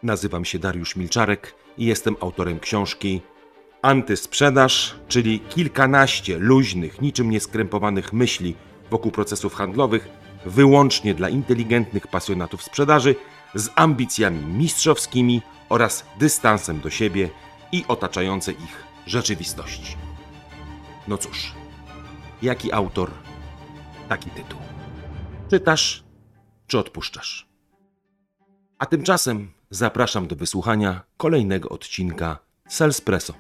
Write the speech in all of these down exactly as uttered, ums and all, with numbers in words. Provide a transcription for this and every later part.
Nazywam się Dariusz Milczarek i jestem autorem książki Antysprzedaż, czyli kilkanaście luźnych, niczym nieskrępowanych myśli wokół procesów handlowych, wyłącznie dla inteligentnych pasjonatów sprzedaży, z ambicjami mistrzowskimi oraz dystansem do siebie i otaczającej ich rzeczywistości. No cóż, jaki autor, taki tytuł. Czytasz, czy odpuszczasz? A tymczasem zapraszam do wysłuchania kolejnego odcinka Salespresso.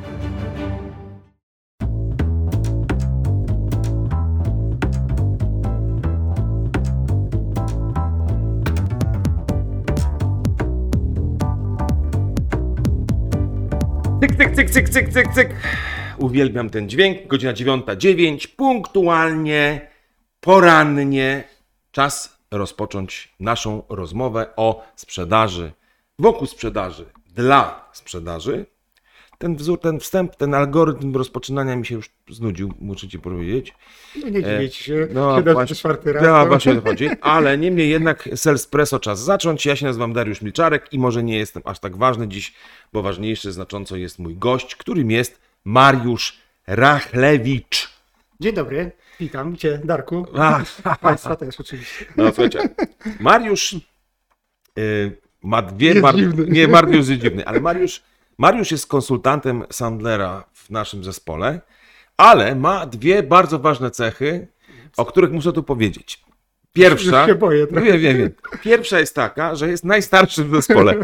Cyk, cyk, cyk, cyk, cyk, cyk, cyk. Uwielbiam ten dźwięk. Godzina dziewiąta dziewięć. Punktualnie, porannie. Czas rozpocząć naszą rozmowę o sprzedaży, wokół sprzedaży, dla sprzedaży. Ten wzór, ten wstęp, ten algorytm rozpoczynania mi się już znudził, muszę ci powiedzieć. No nie dziwię ci się, no, chyba właśnie, czwarty raz. No, właśnie o to chodzi, ale niemniej jednak Salespresso czas zacząć. Ja się nazywam Dariusz Milczarek i może nie jestem aż tak ważny dziś, bo ważniejszy znacząco jest mój gość, którym jest Mariusz Rachlewicz. Dzień dobry, witam cię, Darku. A, Państwa też oczywiście. No słuchajcie, Mariusz yy, ma dwie... Jest Mar... dziwny. Nie, Mariusz jest dziwny, ale Mariusz, Mariusz jest konsultantem Sandlera w naszym zespole, ale ma dwie bardzo ważne cechy, o których muszę tu powiedzieć. Pierwsza, Już się boję trochę. wiem, wiem, wiem. Pierwsza jest taka, że jest najstarszy w zespole.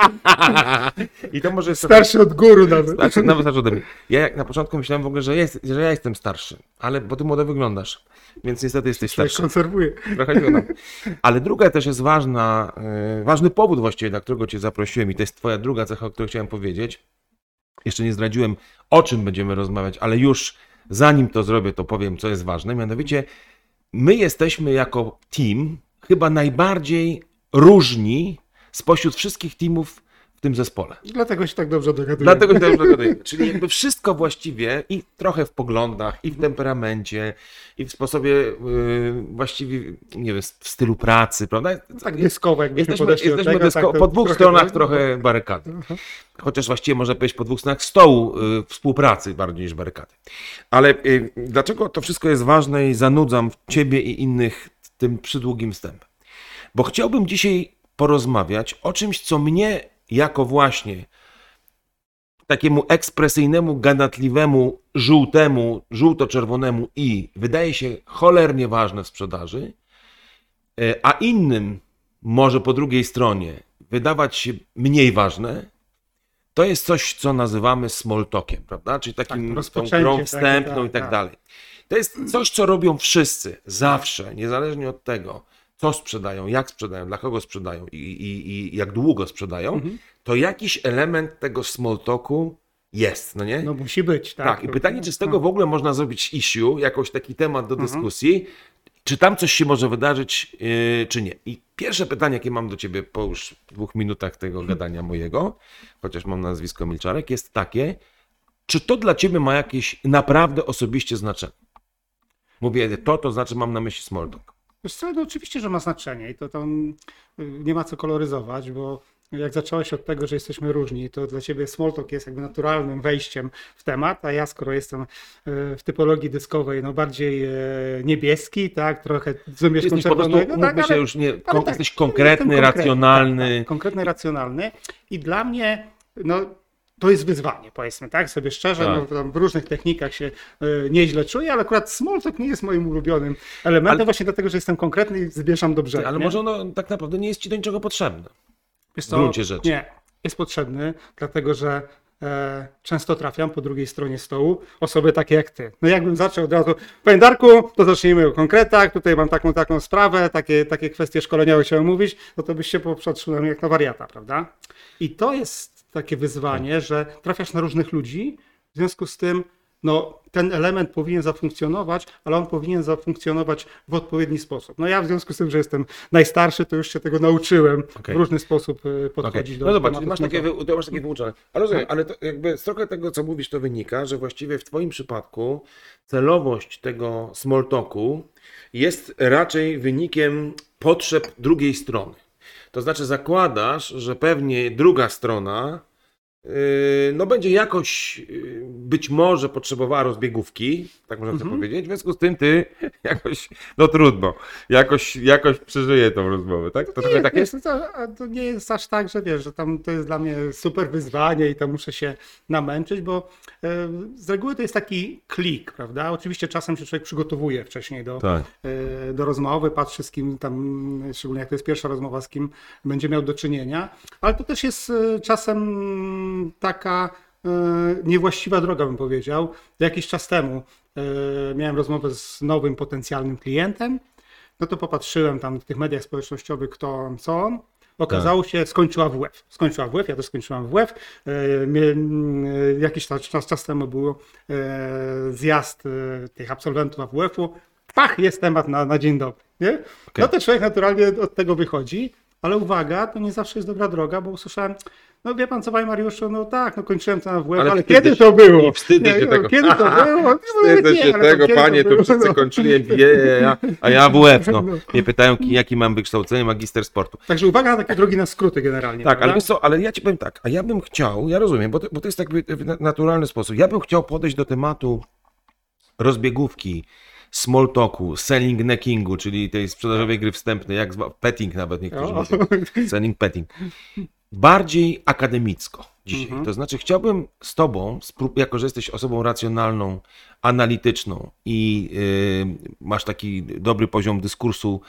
I to może jest Starszy od góry nawet. Znaczy, nawet starszy ode mnie. Ja jak na początku myślałem w ogóle, że, jest, że ja jestem starszy, ale bo ty młodo wyglądasz, więc niestety jesteś Człowiek starszy. konserwuje. Trochę wyglądam. Ale druga też jest ważna, yy, ważny powód właściwie, dla którego cię zaprosiłem i to jest twoja druga cecha, o której chciałem powiedzieć. Jeszcze nie zdradziłem, o czym będziemy rozmawiać, ale już zanim to zrobię, to powiem, co jest ważne. Mianowicie my jesteśmy jako team chyba najbardziej różni spośród wszystkich teamów w tym zespole. Dlatego się tak dobrze dogadujemy. Dlatego się dobrze dogadujemy. Czyli jakby wszystko właściwie i trochę w poglądach, i w temperamencie, i w sposobie yy, właściwie, nie wiem, w stylu pracy, prawda? Tak dyskowo, jakbyśmy Jesteśmy, podeszli jesteśmy do tego. dysko, tak, to po dwóch trochę stronach tak. trochę barykady. Chociaż właściwie można powiedzieć po dwóch stronach stołu yy, współpracy bardziej niż barykady. Ale yy, dlaczego to wszystko jest ważne i zanudzam ciebie i innych tym przydługim wstępem? Bo chciałbym dzisiaj porozmawiać o czymś, co mnie jako właśnie takiemu ekspresyjnemu, gadatliwemu, żółtemu, żółto-czerwonemu i wydaje się cholernie ważne w sprzedaży, a innym może po drugiej stronie wydawać się mniej ważne, to jest coś, co nazywamy small talkiem, prawda? Czyli takim Tak, tą grą tak, wstępną tak, i tak tak. dalej. To jest coś, co robią wszyscy, zawsze, niezależnie od tego, co sprzedają, jak sprzedają, dla kogo sprzedają i, i, i jak długo sprzedają, Mhm. to jakiś element tego small talku jest, no nie? No musi być, tak. Tak, i pytanie, czy z tego w ogóle można zrobić issue, jakoś taki temat do Mhm. dyskusji, czy tam coś się może wydarzyć, yy, czy nie. I pierwsze pytanie, jakie mam do ciebie po już dwóch minutach tego gadania mojego, chociaż mam nazwisko Milczarek, jest takie, czy to dla ciebie ma jakieś naprawdę osobiście znaczenie? Mówię to, to znaczy mam na myśli small talk. Wiesz co, no oczywiście, że ma znaczenie i to tam y, nie ma co koloryzować, bo jak zacząłeś od tego, że jesteśmy różni, to dla ciebie small talk jest jakby naturalnym wejściem w temat, a ja skoro jestem y, w typologii dyskowej, no bardziej y, niebieski, tak, trochę z wymieszką Jesteś po prostu, czerwonego, tak, mówmy się ale- już, nie, ale kon, tak, jesteś jestem konkretny, konkretny, racjonalny. Tak, tak, konkretny, racjonalny i dla mnie, no to jest wyzwanie, powiedzmy, tak, sobie szczerze, Tak. no, tam w różnych technikach się y, nieźle czuję, ale akurat small talk nie jest moim ulubionym elementem, Ale- właśnie dlatego, że jestem konkretny i zbierzam do brzegu. Ale nie? może ono tak naprawdę nie jest ci do niczego potrzebne. Wiesz w co? gruncie rzeczy. Nie, jest potrzebny, dlatego że e, często trafiam po drugiej stronie stołu osoby takie jak ty. No jakbym zaczął od razu, panie Darku, to zacznijmy o konkretach, tutaj mam taką, taką sprawę, takie, takie kwestie szkoleniowe chciałem mówić, no to byś się popatrzył na mnie jak na wariata, prawda? I to jest takie wyzwanie, że trafiasz na różnych ludzi, w związku z tym no, ten element powinien zafunkcjonować, ale on powinien zafunkcjonować w odpowiedni sposób. No ja w związku z tym, że jestem najstarszy, to już się tego nauczyłem Okej. w różny sposób y, podchodzić Okay. do No zobacz, tematu masz takie, small wy- to masz takie wyuczone. Ale rozumiem, ale to jakby z trochę tego, co mówisz, to wynika, że właściwie w twoim przypadku celowość tego small talku jest raczej wynikiem potrzeb drugiej strony. To znaczy zakładasz, że pewnie druga strona yy, no będzie jakoś yy, być może potrzebowała rozbiegówki, tak można Mhm. to powiedzieć, w związku z tym ty jakoś, no trudno, jakoś, jakoś przeżyje tą rozmowę, tak? To trochę tak Wiesz, jest? to, a to nie jest aż tak, że wiesz, że tam to jest dla mnie super wyzwanie i tam muszę się namęczyć, bo e, z reguły to jest taki klik, prawda? Oczywiście czasem się człowiek przygotowuje wcześniej do, Tak. e, do rozmowy, patrzy z kim tam, szczególnie jak to jest pierwsza rozmowa, z kim będzie miał do czynienia, ale to też jest e, czasem taka e, niewłaściwa droga, bym powiedział. Jakiś czas temu e, miałem rozmowę z nowym potencjalnym klientem. No to popatrzyłem tam w tych mediach społecznościowych, kto on, co on. Okazało się, skończyła A W F. Skończyła A W F, ja też skończyłam A W F. E, mnie, m, e, jakiś czas, czas, czas temu był e, zjazd e, tych absolwentów A W F-u. Pach, jest temat na, na dzień dobry. Nie? Okay. No to człowiek naturalnie od tego wychodzi, ale uwaga, to nie zawsze jest dobra droga, bo usłyszałem, no wie pan co, panie Mariuszu, no tak, no kończyłem ten A W F, ale, ale kiedy się, to było? I wstydzę się nie, tego. Kiedy to było? Wstydzę się nie, tego, to panie, to tu było? wszyscy No. kończyli M B A, a ja A W F, no. Mnie pytają, jaki mam wykształcenie, magister sportu. Także uwaga na takie drogi na skróty generalnie. Tak, prawda? ale wiesz co, ale ja ci powiem tak, a ja bym chciał, ja rozumiem, bo to, bo to jest tak w naturalny sposób, ja bym chciał podejść do tematu rozbiegówki, small talku, selling neckingu, czyli tej sprzedażowej gry wstępnej, jak zwa, petting nawet niektórzy O. mówią, selling petting, bardziej akademicko dzisiaj. Mhm. To znaczy chciałbym z tobą, jako że jesteś osobą racjonalną, analityczną i yy, masz taki dobry poziom dyskursu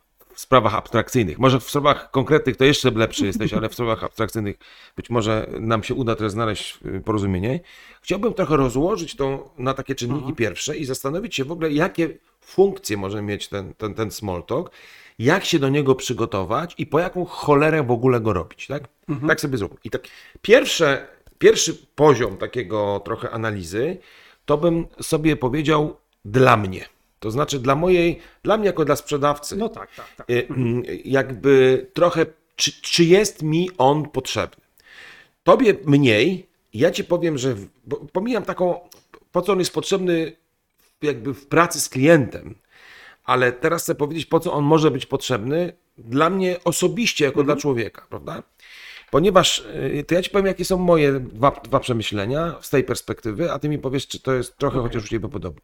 w sprawach abstrakcyjnych. Może w sprawach konkretnych to jeszcze lepszy jesteś, ale w sprawach abstrakcyjnych być może nam się uda teraz znaleźć porozumienie. Chciałbym trochę rozłożyć to na takie czynniki Mhm. pierwsze i zastanowić się w ogóle, jakie funkcje może mieć ten, ten, ten small talk, jak się do niego przygotować i po jaką cholerę w ogóle go robić. Tak, Mhm. tak sobie zróbmy. I tak pierwsze, pierwszy poziom takiego trochę analizy, to bym sobie powiedział dla mnie. To znaczy dla mojej, dla mnie jako dla sprzedawcy, No tak, tak, tak. y, jakby trochę, czy, czy jest mi on potrzebny. Tobie mniej, ja ci powiem, że w- bo pomijam taką, po co on jest potrzebny jakby w pracy z klientem, ale teraz chcę powiedzieć, po co on może być potrzebny dla mnie osobiście, jako dla człowieka, prawda? Ponieważ, y, to ja ci powiem, jakie są moje dwa, dwa przemyślenia z tej perspektywy, a ty mi powiesz, czy to jest trochę chociaż u ciebie podobnie.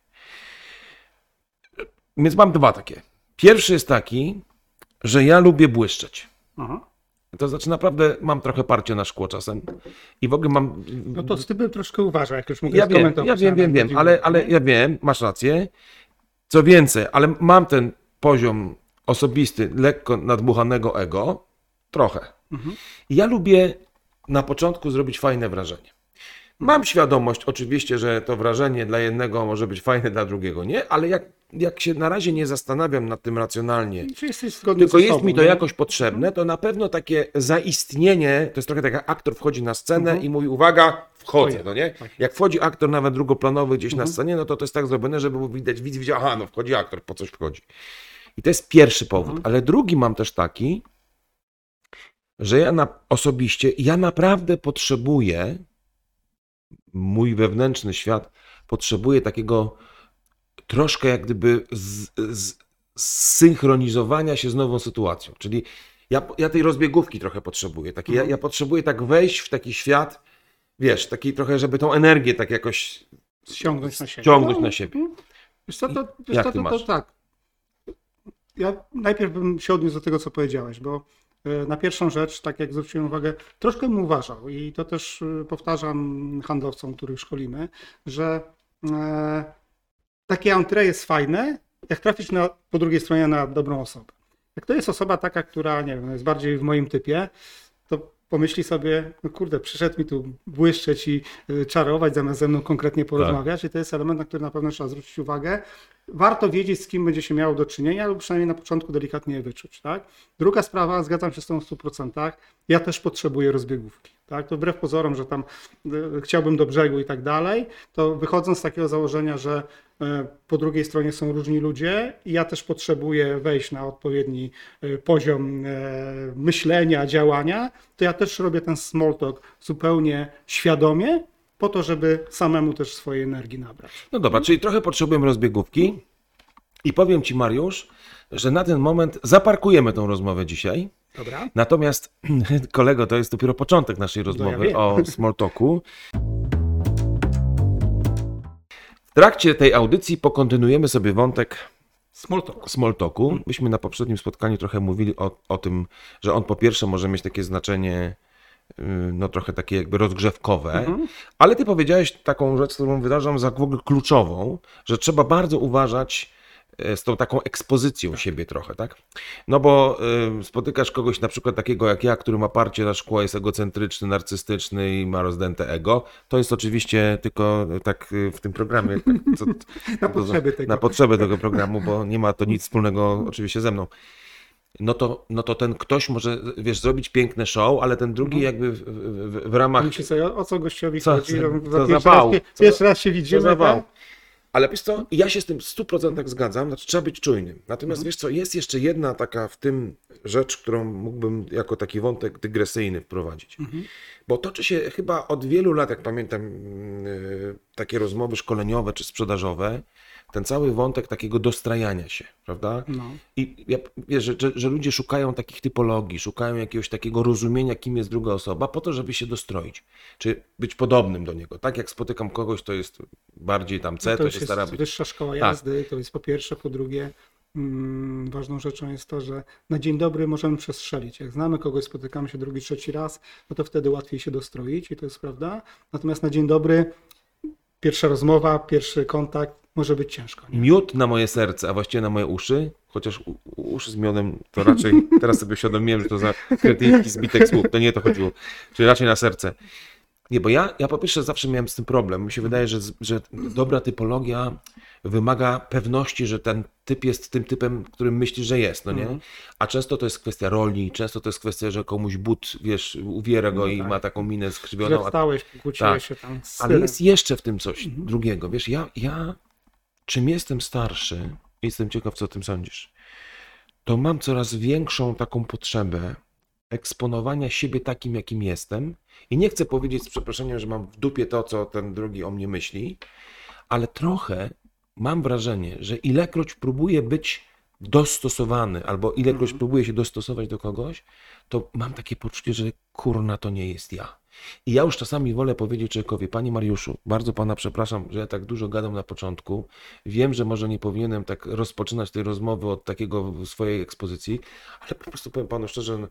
Więc mam dwa takie. Pierwszy jest taki, że ja lubię błyszczeć. Aha. To znaczy naprawdę mam trochę parcie na szkło czasem i w ogóle mam... No to z tym troszkę uważaj, jak już mogę Ja wiem, skomentować. ja wiem, wiem, wiem, na- ale, ale ja wiem, masz rację. Co więcej, ale mam ten poziom osobisty, lekko nadmuchanego ego, trochę. Mhm. I ja lubię na początku zrobić fajne wrażenie. Mam świadomość oczywiście, że to wrażenie dla jednego może być fajne, dla drugiego nie, ale jak, jak się na razie nie zastanawiam nad tym racjonalnie, Czy jesteś zgodny tylko ze jest sobą, mi to no? jakoś potrzebne, to na pewno takie zaistnienie, to jest trochę tak jak aktor wchodzi na scenę Mhm. i mówi uwaga, wchodzę, To ja. no nie? Tak. Jak wchodzi aktor nawet drugoplanowy gdzieś Mhm. na scenie, no to to jest tak zrobione, żeby było widać, widz widział, aha, no wchodzi aktor, po coś wchodzi. I to jest pierwszy powód, Mhm. ale drugi mam też taki, że ja na, osobiście, ja naprawdę potrzebuję, mój wewnętrzny świat potrzebuje takiego troszkę jak gdyby z, z, zsynchronizowania się z nową sytuacją. Czyli ja, ja tej rozbiegówki trochę potrzebuję. Takie, ja, ja potrzebuję tak wejść w taki świat, wiesz, taki trochę, żeby tą energię tak jakoś Ściągnąć na siebie. ściągnąć No, na siebie. Wiesz co, to, wiesz Jak co, ty to, to, masz? tak. Ja najpierw bym się odniósł do tego, co powiedziałeś, bo e, na pierwszą rzecz, tak jak zwróciłem uwagę, troszkę bym uważał i to też e, powtarzam handlowcom, których szkolimy, że e, takie entrée jest fajne, jak trafisz na, po drugiej stronie na dobrą osobę. Jak to jest osoba taka, która, nie wiem, jest bardziej w moim typie, to pomyśli sobie, no kurde, przyszedł mi tu błyszczeć i y, czarować, zamiast ze mną konkretnie porozmawiać i to jest element, na który na pewno trzeba zwrócić uwagę. Warto wiedzieć, z kim będzie się miało do czynienia, lub przynajmniej na początku delikatnie je wyczuć. Tak? Druga sprawa, zgadzam się z tą w stu procentach, ja też potrzebuję rozbiegówki. Tak? To wbrew pozorom, że tam y, chciałbym do brzegu i tak dalej, to wychodząc z takiego założenia, że y, po drugiej stronie są różni ludzie i ja też potrzebuję wejść na odpowiedni y, poziom y, myślenia, działania, to ja też robię ten small talk zupełnie świadomie, po to, żeby samemu też swojej energii nabrać. No dobra, czyli trochę potrzebujemy rozbiegówki i powiem ci, Mariusz, że na ten moment zaparkujemy tą rozmowę dzisiaj Dobra. Natomiast, kolego, to jest dopiero początek naszej rozmowy ja o small talku. W trakcie tej audycji pokontynuujemy sobie wątek Small talk. small talku. Myśmy na poprzednim spotkaniu trochę mówili o, o tym, że on po pierwsze może mieć takie znaczenie no trochę takie jakby rozgrzewkowe, mhm. ale ty powiedziałeś taką rzecz, którą wydarzam za w ogóle kluczową, że trzeba bardzo uważać z tą taką ekspozycją tak. siebie trochę, tak? No bo y, spotykasz kogoś na przykład takiego jak ja, który ma parcie na szkło, jest egocentryczny, narcystyczny i ma rozdęte ego. To jest oczywiście tylko tak w tym programie. Tak, co, na, potrzeby tego. na potrzeby tego programu, bo nie ma to nic wspólnego oczywiście ze mną. No to, no to ten ktoś może, wiesz, zrobić piękne show, ale ten drugi jakby w, w, w ramach... Myślisz sobie, o co gościowi co, chodzi? Co, za co pierwszy, zawał, raz, pierwszy raz się widzimy. Tak? Ale wiesz co, ja się z tym w stu procentach zgadzam, znaczy trzeba być czujnym. Natomiast mhm. wiesz co, jest jeszcze jedna taka w tym rzecz, którą mógłbym jako taki wątek dygresyjny wprowadzić. Mhm. Bo toczy się chyba od wielu lat, jak pamiętam, yy, takie rozmowy szkoleniowe czy sprzedażowe, ten cały wątek takiego dostrajania się, prawda? No. I ja, wiesz, że, że, że ludzie szukają takich typologii, szukają jakiegoś takiego rozumienia, kim jest druga osoba, po to, żeby się dostroić, czy być podobnym do niego. Tak jak spotykam kogoś, to jest bardziej tam C, no to, to się jest stara być. Wyższa szkoła jazdy, tak. To jest po pierwsze, po drugie mm, ważną rzeczą jest to, że na dzień dobry możemy przestrzelić. Jak znamy kogoś, spotykamy się drugi, trzeci raz, no to wtedy łatwiej się dostroić i to jest prawda. Natomiast na dzień dobry pierwsza rozmowa, pierwszy kontakt, może być ciężko. Nie? Miód na moje serce, a właściwie na moje uszy, chociaż u, uszy z miodem to raczej, teraz sobie uświadomiłem, że to za kretyński zbitek słów, to nie to chodziło, czyli raczej na serce. Nie, bo ja, ja po pierwsze zawsze miałem z tym problem. Mi się wydaje, że, że dobra typologia wymaga pewności, że ten typ jest tym typem, którym myślisz, że jest, no nie? Mm. A często to jest kwestia roli, często to jest kwestia, że komuś but, wiesz, uwiera go no i tak. ma taką minę skrzywioną. Że wstałeś, pokłóciłeś tak. się tam z Ale jest jeszcze w tym coś mm. drugiego. Wiesz, ja, ja czym jestem starszy, jestem ciekaw, co o tym sądzisz, to mam coraz większą taką potrzebę eksponowania siebie takim, jakim jestem. I nie chcę powiedzieć z przeproszeniem, że mam w dupie to, co ten drugi o mnie myśli, ale trochę mam wrażenie, że ilekroć próbuję być dostosowany, albo ilekroć mm. próbuję się dostosować do kogoś, to mam takie poczucie, że kurna, to nie jest ja. I ja już czasami wolę powiedzieć człowiekowi: Panie Mariuszu, bardzo Pana przepraszam, że ja tak dużo gadam na początku. Wiem, że może nie powinienem tak rozpoczynać tej rozmowy od takiego swojej ekspozycji, ale po prostu powiem Panu szczerze,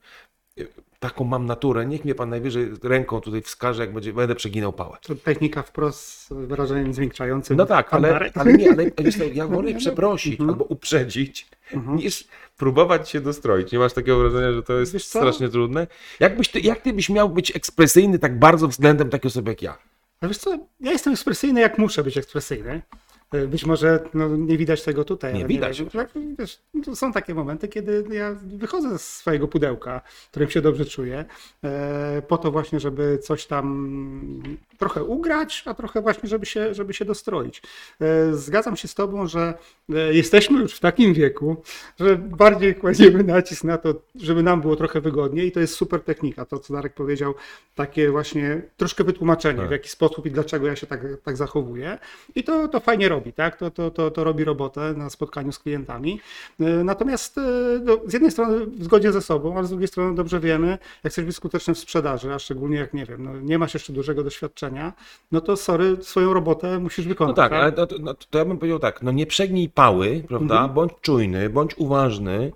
taką mam naturę, niech mnie Pan najwyżej ręką tutaj wskaże, jak będzie, będę przeginał pałę. To technika wprost z wyrażeniem zmiękczającym. No tak, ale, ale nie, ale wiesz, ja wolę przeprosić mhm. albo uprzedzić, mhm. niż próbować się dostroić. Nie masz takiego wrażenia, że to jest strasznie trudne? Jakbyś ty, jak ty byś miał być ekspresyjny tak bardzo względem takiej osoby jak ja? Ale wiesz co, ja jestem ekspresyjny, jak muszę być ekspresyjny. Być może no, nie widać tego tutaj. Nie ale widać. Nie, wiesz, to są takie momenty, kiedy ja wychodzę z swojego pudełka, w którym się dobrze czuję, e, po to właśnie, żeby coś tam trochę ugrać, a trochę właśnie, żeby się, żeby się dostroić. E, zgadzam się z tobą, że e, jesteśmy już w takim wieku, że bardziej kładziemy nacisk na to, żeby nam było trochę wygodniej i to jest super technika. To, co Darek powiedział, takie właśnie troszkę wytłumaczenie, tak. w jaki sposób i dlaczego ja się tak, tak zachowuję. I to, to fajnie robi. Tak? To, to, to, to robi robotę na spotkaniu z klientami. Natomiast no, z jednej strony zgodnie ze sobą, ale z drugiej strony dobrze wiemy, jak chcesz być skuteczny w sprzedaży, a szczególnie jak nie wiem, no, nie masz jeszcze dużego doświadczenia, no to sorry, swoją robotę musisz wykonać. No tak, tak? ale to, no, to ja bym powiedział tak, no nie przegnij pały, prawda, mhm. bądź czujny, bądź uważny.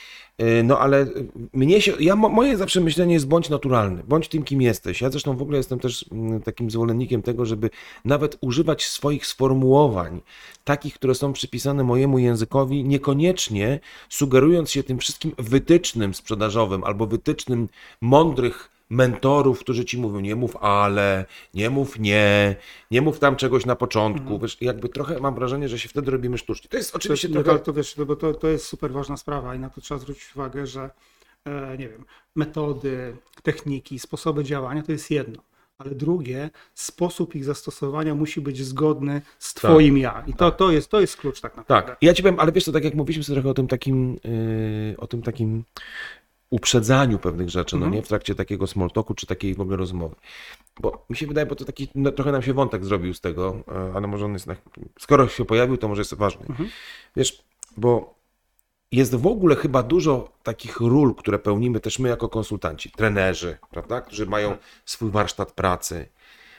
No ale mnie się, ja, moje zawsze myślenie jest bądź naturalny, bądź tym, kim jesteś. Ja zresztą w ogóle jestem też takim zwolennikiem tego, żeby nawet używać swoich sformułowań, takich, które są przypisane mojemu językowi, niekoniecznie sugerując się tym wszystkim wytycznym sprzedażowym albo wytycznym mądrych mentorów, którzy ci mówią: nie mów ale, nie mów nie, nie mów tam czegoś na początku. Mhm. Wiesz, jakby trochę mam wrażenie, że się wtedy robimy sztucznie. To jest oczywiście to, trochę... To, wiesz, bo to, to jest super ważna sprawa i na to trzeba zwrócić uwagę, że e, nie wiem, metody, techniki, sposoby działania to jest jedno. Ale drugie, sposób ich zastosowania musi być zgodny z twoim tak, ja. I to, tak. to, jest, to jest klucz tak naprawdę. Tak, ja ci powiem, ale wiesz, to tak jak mówiliśmy sobie trochę o tym takim, yy, o tym takim uprzedzaniu pewnych rzeczy, mm-hmm. no nie, w trakcie takiego small talku, czy takiej w ogóle rozmowy. Bo mi się wydaje, bo to taki, no, trochę nam się wątek zrobił z tego, ale może on jest, na, skoro się pojawił, to może jest ważny. Mm-hmm. Wiesz, bo jest w ogóle chyba dużo takich ról, które pełnimy też my jako konsultanci, trenerzy, prawda, którzy mają swój warsztat pracy,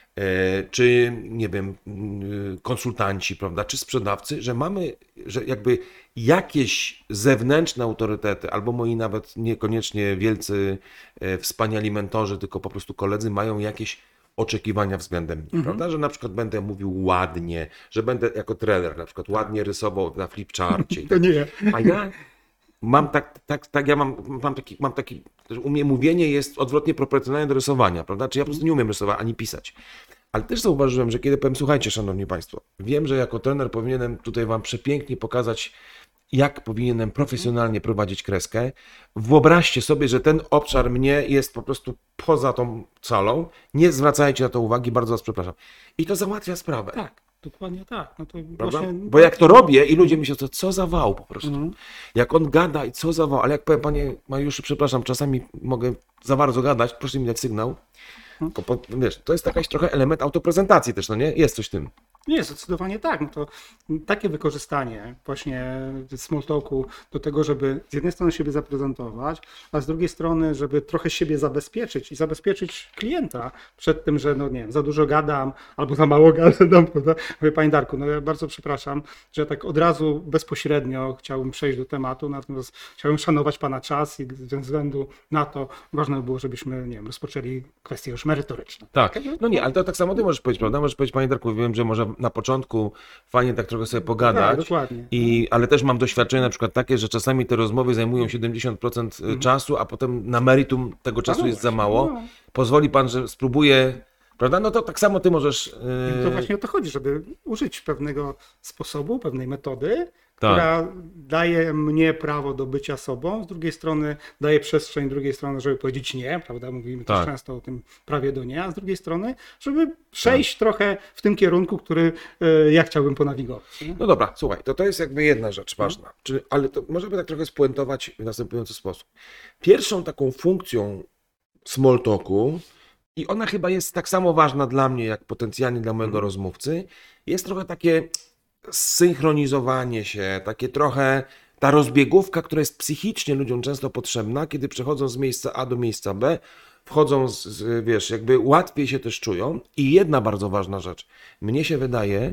czy nie wiem, konsultanci, prawda, czy sprzedawcy, że mamy, że jakby jakieś zewnętrzne autorytety, albo moi nawet niekoniecznie wielcy, wspaniali mentorzy, tylko po prostu koledzy mają jakieś oczekiwania względem mnie, mhm. prawda, że na przykład będę mówił ładnie, że będę jako trener na przykład ładnie rysował na flipcharcie. To nie. A ja mam tak, tak, tak ja mam, mam taki, mam taki, u mnie mówienie jest odwrotnie proporcjonalne do rysowania, prawda, czy ja po prostu nie umiem rysować ani pisać. Ale też zauważyłem, że kiedy powiem, słuchajcie, szanowni państwo, wiem, że jako trener powinienem tutaj wam przepięknie pokazać, jak powinienem profesjonalnie prowadzić kreskę. Wyobraźcie sobie, że ten obszar mnie jest po prostu poza tą salą. Nie zwracajcie na to uwagi, bardzo was przepraszam. I to załatwia sprawę. Tak, dokładnie tak. No to Prawda? właśnie... Bo jak to robię i ludzie myślą, to co za wał po prostu. Mhm. Jak on gada i co za wał, ale jak powiem, panie Mariuszu, przepraszam, czasami mogę za bardzo gadać, proszę mi dać sygnał. Bo, bo, wiesz, to jest jakaś trochę element autoprezentacji też, no nie? Jest coś w tym. Nie, zdecydowanie tak. No to takie wykorzystanie właśnie small talku do tego, żeby z jednej strony siebie zaprezentować, a z drugiej strony, żeby trochę siebie zabezpieczyć i zabezpieczyć klienta przed tym, że no nie wiem, za dużo gadam albo za mało gadam, prawda? Mówię, panie Darku, no ja bardzo przepraszam, że tak od razu bezpośrednio chciałbym przejść do tematu, natomiast chciałbym szanować pana czas i ze względu na to ważne by było, żebyśmy, nie wiem, rozpoczęli kwestię już merytoryczną. Tak, no nie, ale to tak samo ty możesz powiedzieć, prawda? Możesz powiedzieć, panie Darku, wiem, że może na początku fajnie tak trochę sobie pogadać, tak, dokładnie. I, ale też mam doświadczenie na przykład takie, że czasami te rozmowy zajmują siedemdziesiąt procent mhm. czasu, a potem na meritum tego czasu no jest właśnie, za mało. No. Pozwoli pan, że spróbuję, prawda? No to tak samo ty możesz... Yy... To właśnie o to chodzi, żeby użyć pewnego sposobu, pewnej metody, tak. która daje mnie prawo do bycia sobą, z drugiej strony daje przestrzeń, z drugiej strony, żeby powiedzieć nie, prawda? Mówimy tak. też często o tym prawie do nie, a z drugiej strony, żeby przejść tak. trochę w tym kierunku, który y, ja chciałbym ponawigować. Nie? No dobra, słuchaj, to to jest jakby jedna rzecz ważna, Czyli, ale to możemy tak trochę spuentować w następujący sposób. Pierwszą taką funkcją small talku, i ona chyba jest tak samo ważna dla mnie, jak potencjalnie dla mojego hmm. rozmówcy, jest trochę takie zsynchronizowanie się, takie trochę ta rozbiegówka, która jest psychicznie ludziom często potrzebna, kiedy przechodzą z miejsca A do miejsca B, wchodzą, z, z, wiesz, jakby łatwiej się też czują. I jedna bardzo ważna rzecz. Mnie się wydaje,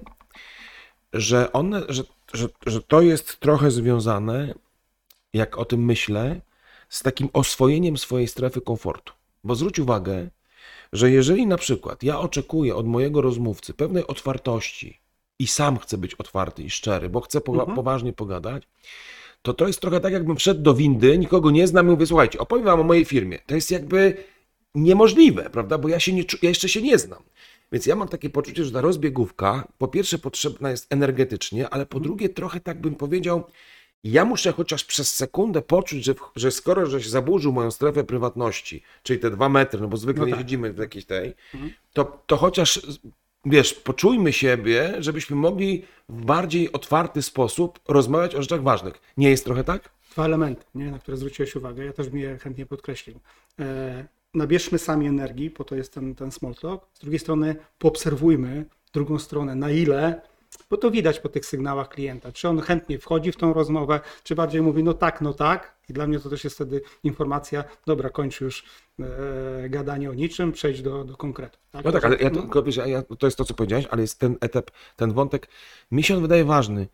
że, one, że, że, że to jest trochę związane, jak o tym myślę, z takim oswojeniem swojej strefy komfortu. Bo zwróć uwagę, że jeżeli na przykład ja oczekuję od mojego rozmówcy pewnej otwartości, i sam chcę być otwarty i szczery, bo chcę po, mhm. poważnie pogadać, to to jest trochę tak, jakbym wszedł do windy, nikogo nie znam i mówię, słuchajcie, opowiem wam o mojej firmie. To jest jakby niemożliwe, prawda, bo ja, się nie, ja jeszcze się nie znam. Więc ja mam takie poczucie, że ta rozbiegówka po pierwsze potrzebna jest energetycznie, ale po drugie trochę tak bym powiedział, ja muszę chociaż przez sekundę poczuć, że, że skoro żeś zaburzył moją strefę prywatności, czyli te dwa metry, no bo zwykle no tak. nie siedzimy w jakiejś tej, mhm. to, to chociaż... Wiesz, poczujmy siebie, żebyśmy mogli w bardziej otwarty sposób rozmawiać o rzeczach ważnych. Nie jest trochę tak? Dwa elementy, nie, na które zwróciłeś uwagę, ja też bym je chętnie podkreślił. E, nabierzmy sami energii, po to jest ten, ten small talk. Z drugiej strony poobserwujmy drugą stronę, na ile, bo to widać po tych sygnałach klienta, czy on chętnie wchodzi w tą rozmowę, czy bardziej mówi no tak, no tak. I dla mnie to też jest wtedy informacja, dobra, kończ już e, gadanie o niczym, przejdź do, do konkretu. Tak? No tak, ale ja to, wiesz, ja, to jest to, co powiedziałeś, ale jest ten etap, ten wątek, mi się on wydaje ważny,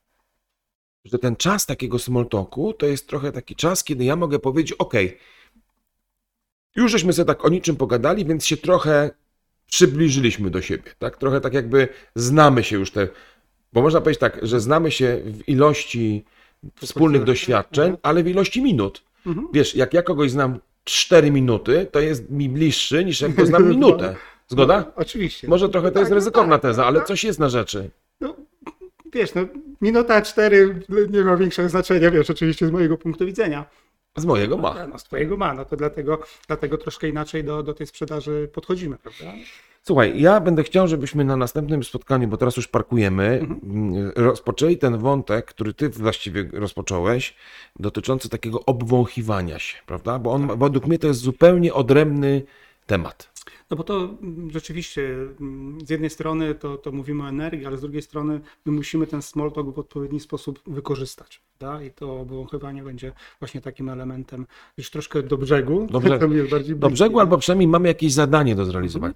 że ten czas takiego small talku to jest trochę taki czas, kiedy ja mogę powiedzieć, ok, już żeśmy sobie tak o niczym pogadali, więc się trochę przybliżyliśmy do siebie, tak? Trochę tak jakby znamy się już te, bo można powiedzieć tak, że znamy się w ilości wspólnych doświadczeń, ale w ilości minut. Mhm. Wiesz, jak ja kogoś znam cztery minuty, to jest mi bliższy niż jak go znam minutę. Zgoda? No, oczywiście. Może trochę to tak, jest ryzykowna no tak, teza, ale tak. coś jest na rzeczy. No, wiesz, no, minuta cztery nie ma większego znaczenia, wiesz, oczywiście z mojego punktu widzenia. Z mojego ma. No, z twojego ma, no to dlatego, dlatego troszkę inaczej do, do tej sprzedaży podchodzimy, prawda? Słuchaj, ja będę chciał, żebyśmy na następnym spotkaniu, bo teraz już parkujemy, mhm. rozpoczęli ten wątek, który ty właściwie rozpocząłeś, dotyczący takiego obwąchiwania się, prawda? Bo on, według mnie to jest zupełnie odrębny temat. No bo to mm, rzeczywiście mm, z jednej strony to, to mówimy o energii, ale z drugiej strony my musimy ten small talk w odpowiedni sposób wykorzystać, prawda? I to obwąchywanie będzie właśnie takim elementem już troszkę do brzegu. Do brzegu, to mi jest bardziej do brzegu bliskie. albo przynajmniej mamy jakieś zadanie do zrealizowania.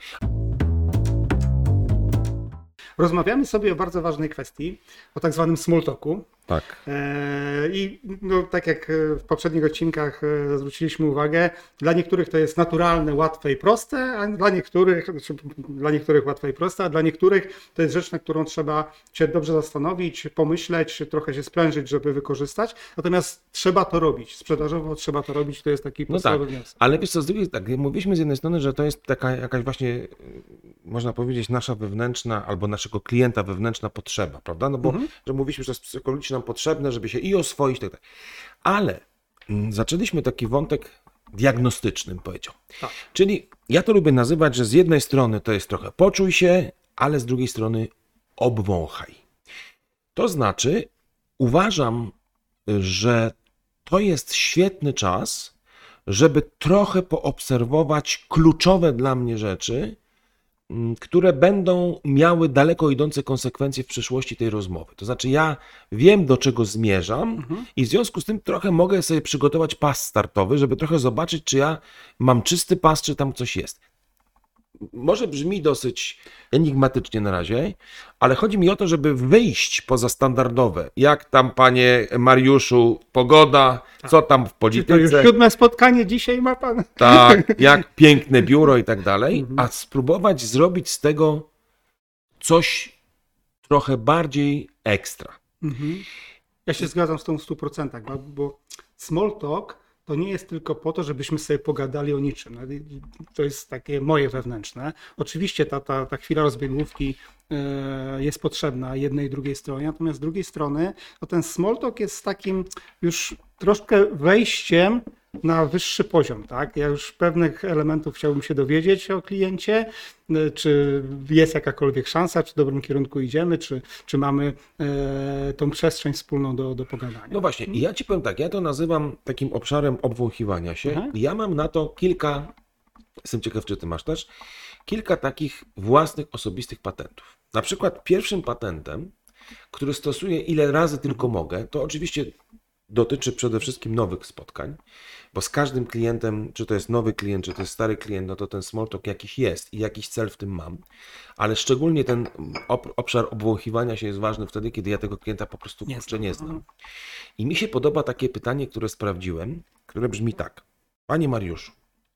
Rozmawiamy sobie o bardzo ważnej kwestii, o tak zwanym small talku. Tak. E, I no, tak jak w poprzednich odcinkach e, zwróciliśmy uwagę, dla niektórych to jest naturalne, łatwe i proste, a dla niektórych, znaczy, dla niektórych łatwe i proste, a dla niektórych to jest rzecz, na którą trzeba się dobrze zastanowić, pomyśleć, trochę się sprężyć, żeby wykorzystać. Natomiast trzeba to robić. Sprzedażowo trzeba to robić, to jest taki No tak, podstawowy wniosek. ale wiesz co, z drugiej tak, mówiliśmy z jednej strony, że to jest taka jakaś właśnie, y, można powiedzieć, nasza wewnętrzna albo naszego klienta wewnętrzna potrzeba, prawda? No bo, Mhm. że mówiliśmy, że jest psychologicznie nam potrzebne, żeby się i oswoić, tak dalej. Ale mm, zaczęliśmy taki wątek diagnostyczny, bym powiedział. Tak. Czyli ja to lubię nazywać, że z jednej strony to jest trochę poczuj się, ale z drugiej strony obwąchaj. To znaczy, uważam, że to jest świetny czas, żeby trochę poobserwować kluczowe dla mnie rzeczy, m, które będą miały daleko idące konsekwencje w przyszłości tej rozmowy. To znaczy, ja wiem, do czego zmierzam i w związku z tym trochę mogę sobie przygotować pas startowy, żeby trochę zobaczyć, czy ja mam czysty pas, czy tam coś jest. Może brzmi dosyć enigmatycznie na razie, ale chodzi mi o to, żeby wyjść poza standardowe. Jak tam, panie Mariuszu, pogoda, co tam w Czy to polityce, już siódme spotkanie dzisiaj ma pan? tak, jak piękne biuro i tak dalej, a spróbować zrobić z tego coś trochę bardziej ekstra. Mhm. Ja się zgadzam z tą w stu procentach, bo, bo small talk to nie jest tylko po to, żebyśmy sobie pogadali o niczym. No, i to jest takie moje wewnętrzne. Oczywiście ta, ta, ta chwila rozbiegówki e, jest potrzebna jednej i drugiej stronie, natomiast z drugiej strony no ten small talk jest takim już troszkę wejściem na wyższy poziom, tak? Ja już pewnych elementów chciałbym się dowiedzieć o kliencie, e, czy jest jakakolwiek szansa, czy w dobrym kierunku idziemy, czy, czy mamy e, tą przestrzeń wspólną do, do pogadania. No właśnie, i ja ci powiem tak, ja to nazywam takim obszarem obwąchiwania się. Mhm. Ja mam na to kilka, jestem ciekaw, czy ty masz też, kilka takich własnych, osobistych patentów. Na przykład pierwszym patentem, który stosuję ile razy tylko mogę, to oczywiście dotyczy przede wszystkim nowych spotkań, bo z każdym klientem, czy to jest nowy klient, czy to jest stary klient, no to ten small talk jakiś jest i jakiś cel w tym mam, ale szczególnie ten ob- obszar obwąchiwania się jest ważny wtedy, kiedy ja tego klienta po prostu Nie kurczę znam. nie znam. I mi się podoba takie pytanie, które sprawdziłem, które brzmi tak. Panie Mariuszu,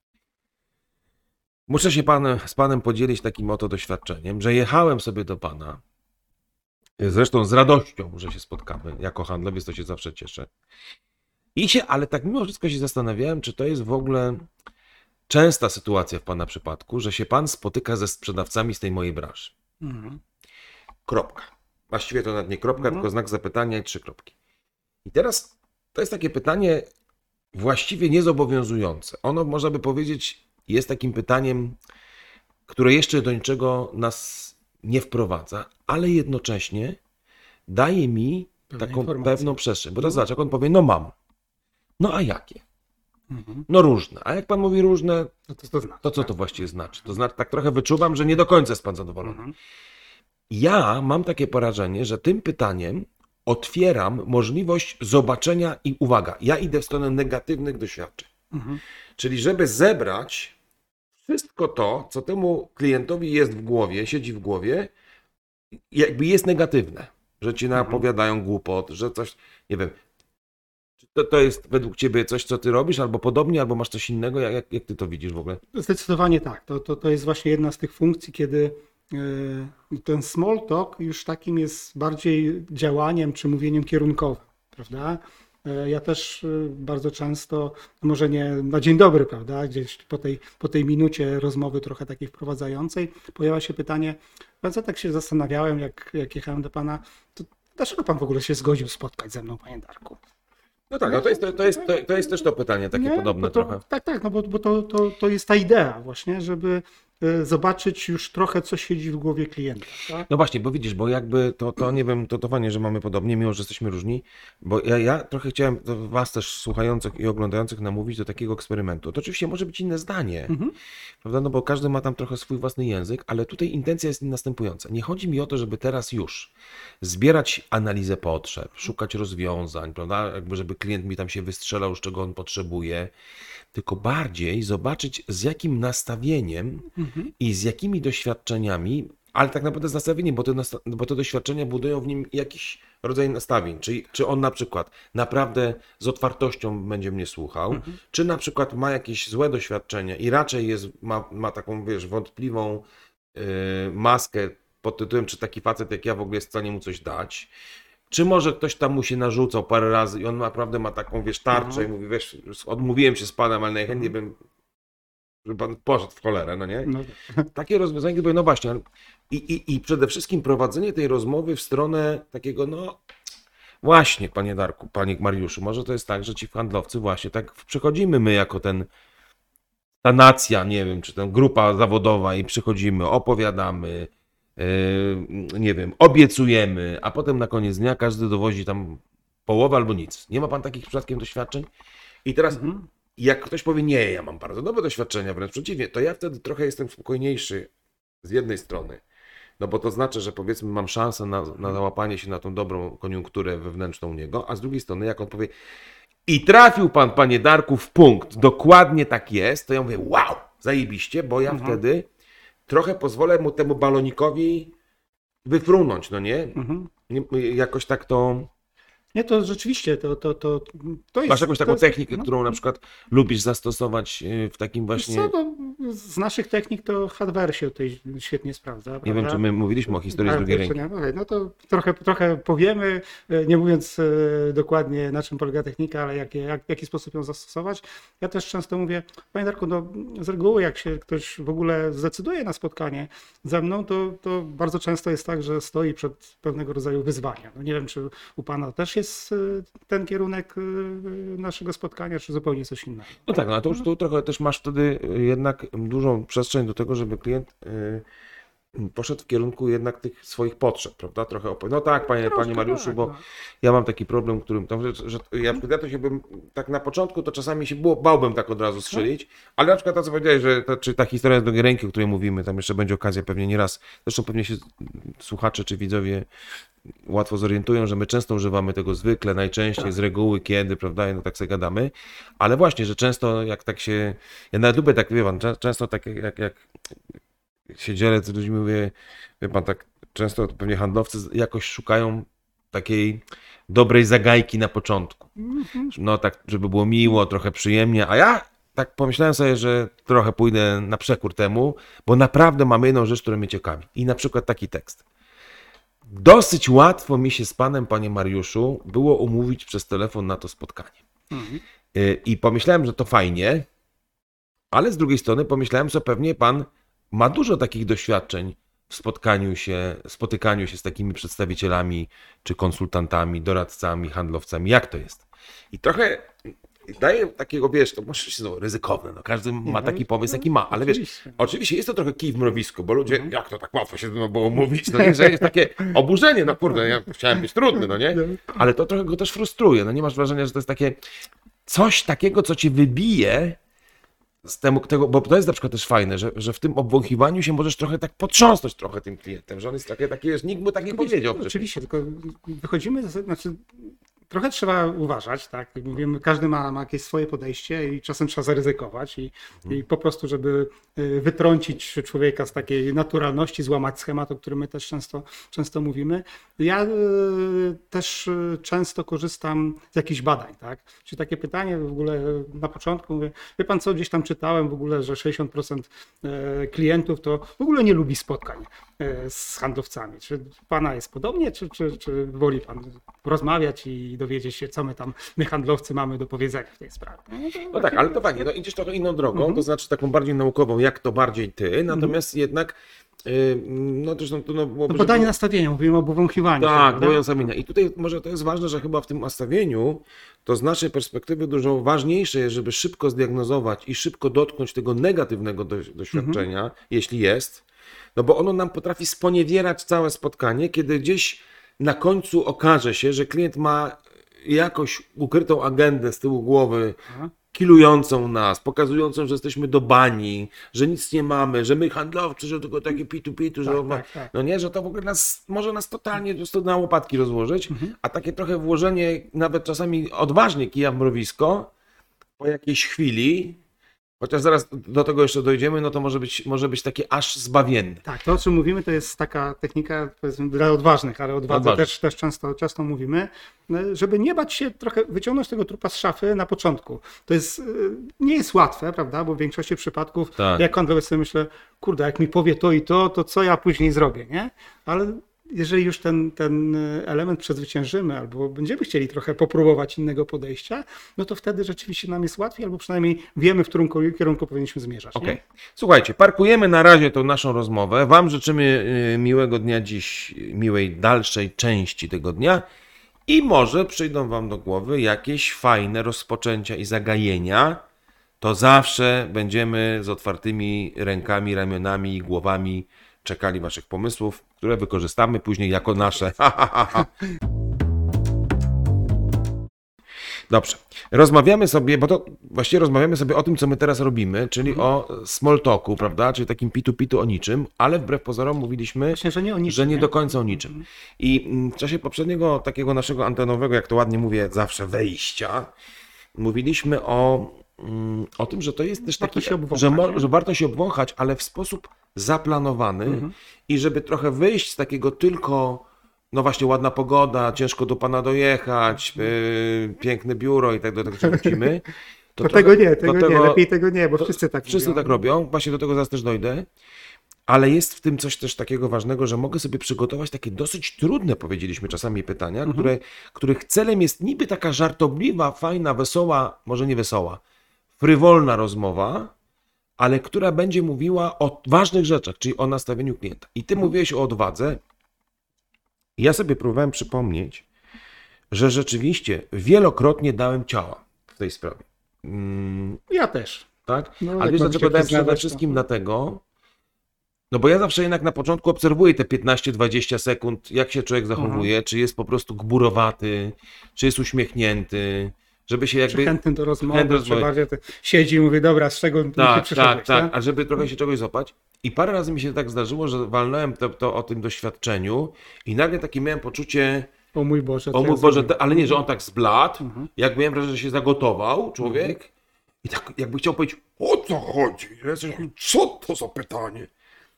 muszę się pan, z panem podzielić takim oto doświadczeniem, że jechałem sobie do pana, zresztą z radością, że się spotkamy, jako handlowiec to się zawsze cieszę. I się, ale tak mimo wszystko się zastanawiałem, czy to jest w ogóle częsta sytuacja w pana przypadku, że się pan spotyka ze sprzedawcami z tej mojej branży. Mhm. Kropka. Właściwie to nawet nie kropka, Mhm. tylko znak zapytania i trzy kropki. I teraz to jest takie pytanie właściwie niezobowiązujące. Ono, można by powiedzieć, jest takim pytaniem, które jeszcze do niczego nas nie wprowadza, ale jednocześnie daje mi Pewne taką informacje. pewną przestrzeń. Bo to zobacz, jak on powie, no mam. No a jakie? Mhm. No różne. A jak pan mówi różne, No to, to, znaczy, to co to właściwie znaczy? To znaczy, tak trochę wyczuwam, że nie do końca jest pan zadowolony. Mhm. Ja mam takie porażenie, że tym pytaniem otwieram możliwość zobaczenia i uwaga, ja idę w stronę negatywnych doświadczeń. Mhm. Czyli żeby zebrać wszystko to, co temu klientowi jest w głowie, siedzi w głowie, jakby jest negatywne, że ci napowiadają głupot, że coś, nie wiem, czy to, to jest według ciebie coś, co ty robisz, albo podobnie, albo masz coś innego, jak, jak, jak ty to widzisz w ogóle? Zdecydowanie tak. To, to, to jest właśnie jedna z tych funkcji, kiedy e, ten small talk już takim jest bardziej działaniem czy mówieniem kierunkowym, prawda? E, Ja też e, bardzo często, może nie na dzień dobry, prawda, gdzieś po tej, po tej minucie rozmowy trochę takiej wprowadzającej, pojawia się pytanie, bardzo tak się zastanawiałem, jak, jak jechałem do pana, to dlaczego pan w ogóle się zgodził spotkać ze mną, panie Darku? No tak, no to jest, to, jest, to, to jest też to pytanie takie Nie, podobne bo to, trochę. Tak, tak, no bo, bo to, to, to jest ta idea właśnie, żeby zobaczyć już trochę, co siedzi w głowie klienta. Tak? No właśnie, bo widzisz, bo jakby to, to nie wiem, to, to fajnie, że mamy podobnie, mimo że jesteśmy różni, bo ja, ja trochę chciałem was też słuchających i oglądających namówić do takiego eksperymentu. To oczywiście może być inne zdanie, mhm. prawda, no bo każdy ma tam trochę swój własny język, ale tutaj intencja jest następująca. Nie chodzi mi o to, żeby teraz już zbierać analizę potrzeb, szukać rozwiązań, prawda, jakby żeby klient mi tam się wystrzelał, z czego on potrzebuje, tylko bardziej zobaczyć, z jakim nastawieniem mhm. i z jakimi doświadczeniami, ale tak naprawdę z nastawieniem, bo te, bo te doświadczenia budują w nim jakiś rodzaj nastawień. Czyli czy on na przykład naprawdę z otwartością będzie mnie słuchał, mhm. czy na przykład ma jakieś złe doświadczenia i raczej jest, ma, ma taką, wiesz, wątpliwą yy, maskę pod tytułem, czy taki facet jak ja w ogóle jest w stanie mu coś dać. Czy może ktoś tam mu się narzucał parę razy i on naprawdę ma taką, wiesz, tarczę mhm. i mówi, wiesz, odmówiłem się z panem, ale najchętniej bym, żeby pan poszedł w cholerę, no nie? No. Takie rozwiązanie, gdyby, no właśnie, i, i, i przede wszystkim prowadzenie tej rozmowy w stronę takiego, no właśnie, panie Darku, panie Mariuszu, może to jest tak, że ci handlowcy właśnie tak przychodzimy my jako ten, ta nacja, nie wiem, czy ta grupa zawodowa i przychodzimy, opowiadamy, Yy, nie wiem, obiecujemy, a potem na koniec dnia każdy dowozi tam połowę albo nic. Nie ma pan takich przypadkiem doświadczeń? I teraz mhm. jak ktoś powie, nie, ja mam bardzo dobre doświadczenia, wręcz przeciwnie, to ja wtedy trochę jestem spokojniejszy z jednej strony, no bo to znaczy, że powiedzmy mam szansę na, na załapanie się na tą dobrą koniunkturę wewnętrzną u niego, a z drugiej strony jak on powie, i trafił pan, panie Darku, w punkt, dokładnie tak jest, to ja mówię, wow, zajebiście, bo ja mhm. wtedy trochę pozwolę mu temu balonikowi wyfrunąć, no nie? Mhm. Jakoś tak to... Nie, to rzeczywiście, to, to, to, to jest... Masz jakąś taką jest, technikę, no, którą na przykład lubisz zastosować w takim właśnie... Co, no, z naszych technik to hardware się tutaj świetnie sprawdza. Nie prawda? wiem, czy my mówiliśmy o historii z drugiej ręki. No to trochę, trochę powiemy, nie mówiąc dokładnie, na czym polega technika, ale jak, jak, w jaki sposób ją zastosować. Ja też często mówię, panie Darku, no, z reguły jak się ktoś w ogóle zdecyduje na spotkanie ze mną, to, to bardzo często jest tak, że stoi przed pewnego rodzaju wyzwaniem. No nie wiem, czy u pana też jest ten kierunek naszego spotkania, czy zupełnie coś innego. No tak, no to już tu trochę też masz wtedy jednak dużą przestrzeń do tego, żeby klient poszedł w kierunku jednak tych swoich potrzeb, prawda? Trochę opowie. No tak, panie, panie Mariuszu, bo ja mam taki problem, którym tam, że, że ja, ja to się bym, tak na początku to czasami się było, bałbym tak od razu strzelić, ale na przykład to, co powiedziałeś, że ta, czy ta historia z drugiej ręki, o której mówimy, tam jeszcze będzie okazja pewnie nieraz, zresztą pewnie się słuchacze czy widzowie łatwo zorientują, że my często używamy tego zwykle, najczęściej, z reguły, kiedy, prawda, no tak sobie gadamy, ale właśnie, że często jak tak się, ja nawet lubię tak, wie pan, często tak jak, jak się dzielę z ludźmi, mówię, wie pan, tak często pewnie handlowcy jakoś szukają takiej dobrej zagajki na początku. No tak, żeby było miło, trochę przyjemnie, a ja tak pomyślałem sobie, że trochę pójdę na przekór temu, bo naprawdę mamy jedną rzecz, która mnie ciekawi. I na przykład taki tekst. Dosyć łatwo mi się z panem, panie Mariuszu, było umówić przez telefon na to spotkanie. Mhm. I pomyślałem, że to fajnie, ale z drugiej strony pomyślałem, że pewnie pan ma dużo takich doświadczeń w spotkaniu się, spotykaniu się z takimi przedstawicielami, czy konsultantami, doradcami, handlowcami. Jak to jest? I trochę daje takiego, wiesz, to może się no, ryzykowne, no, każdy ma taki pomysł, jaki ma, ale wiesz, oczywiście jest to trochę kij w mrowisku, bo ludzie, mhm. jak to tak łatwo się no, było mówić, no nie, że jest takie oburzenie, no kurde, ja chciałem być trudny, no nie, ale to trochę go też frustruje, no nie masz wrażenia, że to jest takie coś takiego, co ci wybije z temu, tego, bo to jest na przykład też fajne, że, że w tym obwąchiwaniu się możesz trochę tak potrząsnąć trochę tym klientem, że on jest taki, taki że nikt mu tak nie powiedział. Oczywiście, tylko wychodzimy, znaczy trochę trzeba uważać, tak, jak mówimy, każdy ma, ma jakieś swoje podejście i czasem trzeba zaryzykować i, hmm. i po prostu, żeby wytrącić człowieka z takiej naturalności, złamać schemat, o którym my też często, często mówimy. Ja y, też często korzystam z jakichś badań, tak, czyli takie pytanie w ogóle na początku, mówię, wie pan co, gdzieś tam czytałem w ogóle, że sześćdziesiąt procent klientów to w ogóle nie lubi spotkań z handlowcami. Czy pana jest podobnie, czy, czy, czy woli pan rozmawiać i dowiedzieć się, co my tam, my handlowcy mamy do powiedzenia w tej sprawie? No, no tak, ale to fajnie, no idziesz trochę inną drogą, mhm. to znaczy taką bardziej naukową, jak to bardziej ty, natomiast mhm. jednak Yy, no zresztą to no, No podanie nastawienia, mówimy o obwąchiwaniu. Tak, było nastawienia. I tutaj może to jest ważne, że chyba w tym nastawieniu to z naszej perspektywy dużo ważniejsze jest, żeby szybko zdiagnozować i szybko dotknąć tego negatywnego do, doświadczenia, mhm. jeśli jest, no bo ono nam potrafi sponiewierać całe spotkanie, kiedy gdzieś na końcu okaże się, że klient ma jakoś ukrytą agendę z tyłu głowy, Aha. kilującą nas, pokazującą, że jesteśmy do bani, że nic nie mamy, że my handlowcy, że tylko takie pitu-pitu, że tak, tak, tak. no nie, że to w ogóle nas, może nas totalnie po prostu na łopatki rozłożyć, mhm. a takie trochę włożenie, nawet czasami odważnie kija w mrowisko, po jakiejś chwili, chociaż zaraz do tego jeszcze dojdziemy, no to może być, może być takie aż zbawienne. Tak, to o czym mówimy, to jest taka technika, powiedzmy, dla odważnych, ale odwadze też, też często, często mówimy, żeby nie bać się trochę wyciągnąć tego trupa z szafy na początku. To jest, nie jest łatwe, prawda, bo w większości przypadków, tak. jak handlowiec sobie myślę, kurde, jak mi powie to i to, to co ja później zrobię, nie? Ale jeżeli już ten, ten element przezwyciężymy albo będziemy chcieli trochę popróbować innego podejścia, no to wtedy rzeczywiście nam jest łatwiej, albo przynajmniej wiemy, w którym kierunku powinniśmy zmierzać. Okej. Okay. Słuchajcie, parkujemy na razie tą naszą rozmowę. Wam życzymy miłego dnia dziś, miłej dalszej części tego dnia i może przyjdą wam do głowy jakieś fajne rozpoczęcia i zagajenia. To zawsze będziemy z otwartymi rękami, ramionami i głowami czekali waszych pomysłów, które wykorzystamy później jako nasze. Dobrze. Rozmawiamy sobie, bo to właściwie rozmawiamy sobie o tym, co my teraz robimy, czyli mm. o small talku, prawda? Czyli takim pitu-pitu o niczym, ale wbrew pozorom mówiliśmy, Właśnie, że nie o niczym, że nie nie? do końca o niczym. Mm. I w czasie poprzedniego takiego naszego antenowego, jak to ładnie mówię, zawsze wejścia, mówiliśmy o o tym, że to jest też taki, że, mo- że warto się obwąchać, ale w sposób zaplanowany mhm. i żeby trochę wyjść z takiego tylko, no właśnie ładna pogoda, ciężko do pana dojechać, yy, piękne biuro i tak do tego wrócimy. To, to trochę, tego nie, tego, tego nie, lepiej tego nie, bo wszyscy tak Wszyscy robią. tak robią, właśnie do tego zaraz też dojdę. Ale jest w tym coś też takiego ważnego, że mogę sobie przygotować takie dosyć trudne, powiedzieliśmy czasami, pytania, mhm. które, których celem jest niby taka żartobliwa, fajna, wesoła, może nie wesoła, frywolna rozmowa, ale która będzie mówiła o ważnych rzeczach, czyli o nastawieniu klienta. I ty mówiłeś o odwadze. Ja sobie próbowałem przypomnieć, że rzeczywiście wielokrotnie dałem ciała w tej sprawie. Mm, ja też. Tak? No, ale wiesz, dlaczego dałem przede wszystkim to... dlatego, no bo ja zawsze jednak na początku obserwuję te piętnaście dwadzieścia sekund, jak się człowiek zachowuje, uh-huh. czy jest po prostu gburowaty, czy jest uśmiechnięty, żeby się jakby... Chętny do rozmowy, do rozmowy. Czy bardziej siedzi i mówi, dobra, z czego tak, się przyszedłeś, tak, tak, a żeby trochę się czegoś złapać. I parę razy mi się tak zdarzyło, że walnąłem to, to o tym doświadczeniu i nagle takie miałem poczucie... O mój Boże. O mój Boże, te, ale nie, że on tak zbladł, uh-huh. jak miałem wrażenie, że się zagotował człowiek uh-huh. i tak jakby chciał powiedzieć, o co chodzi? Co to za pytanie?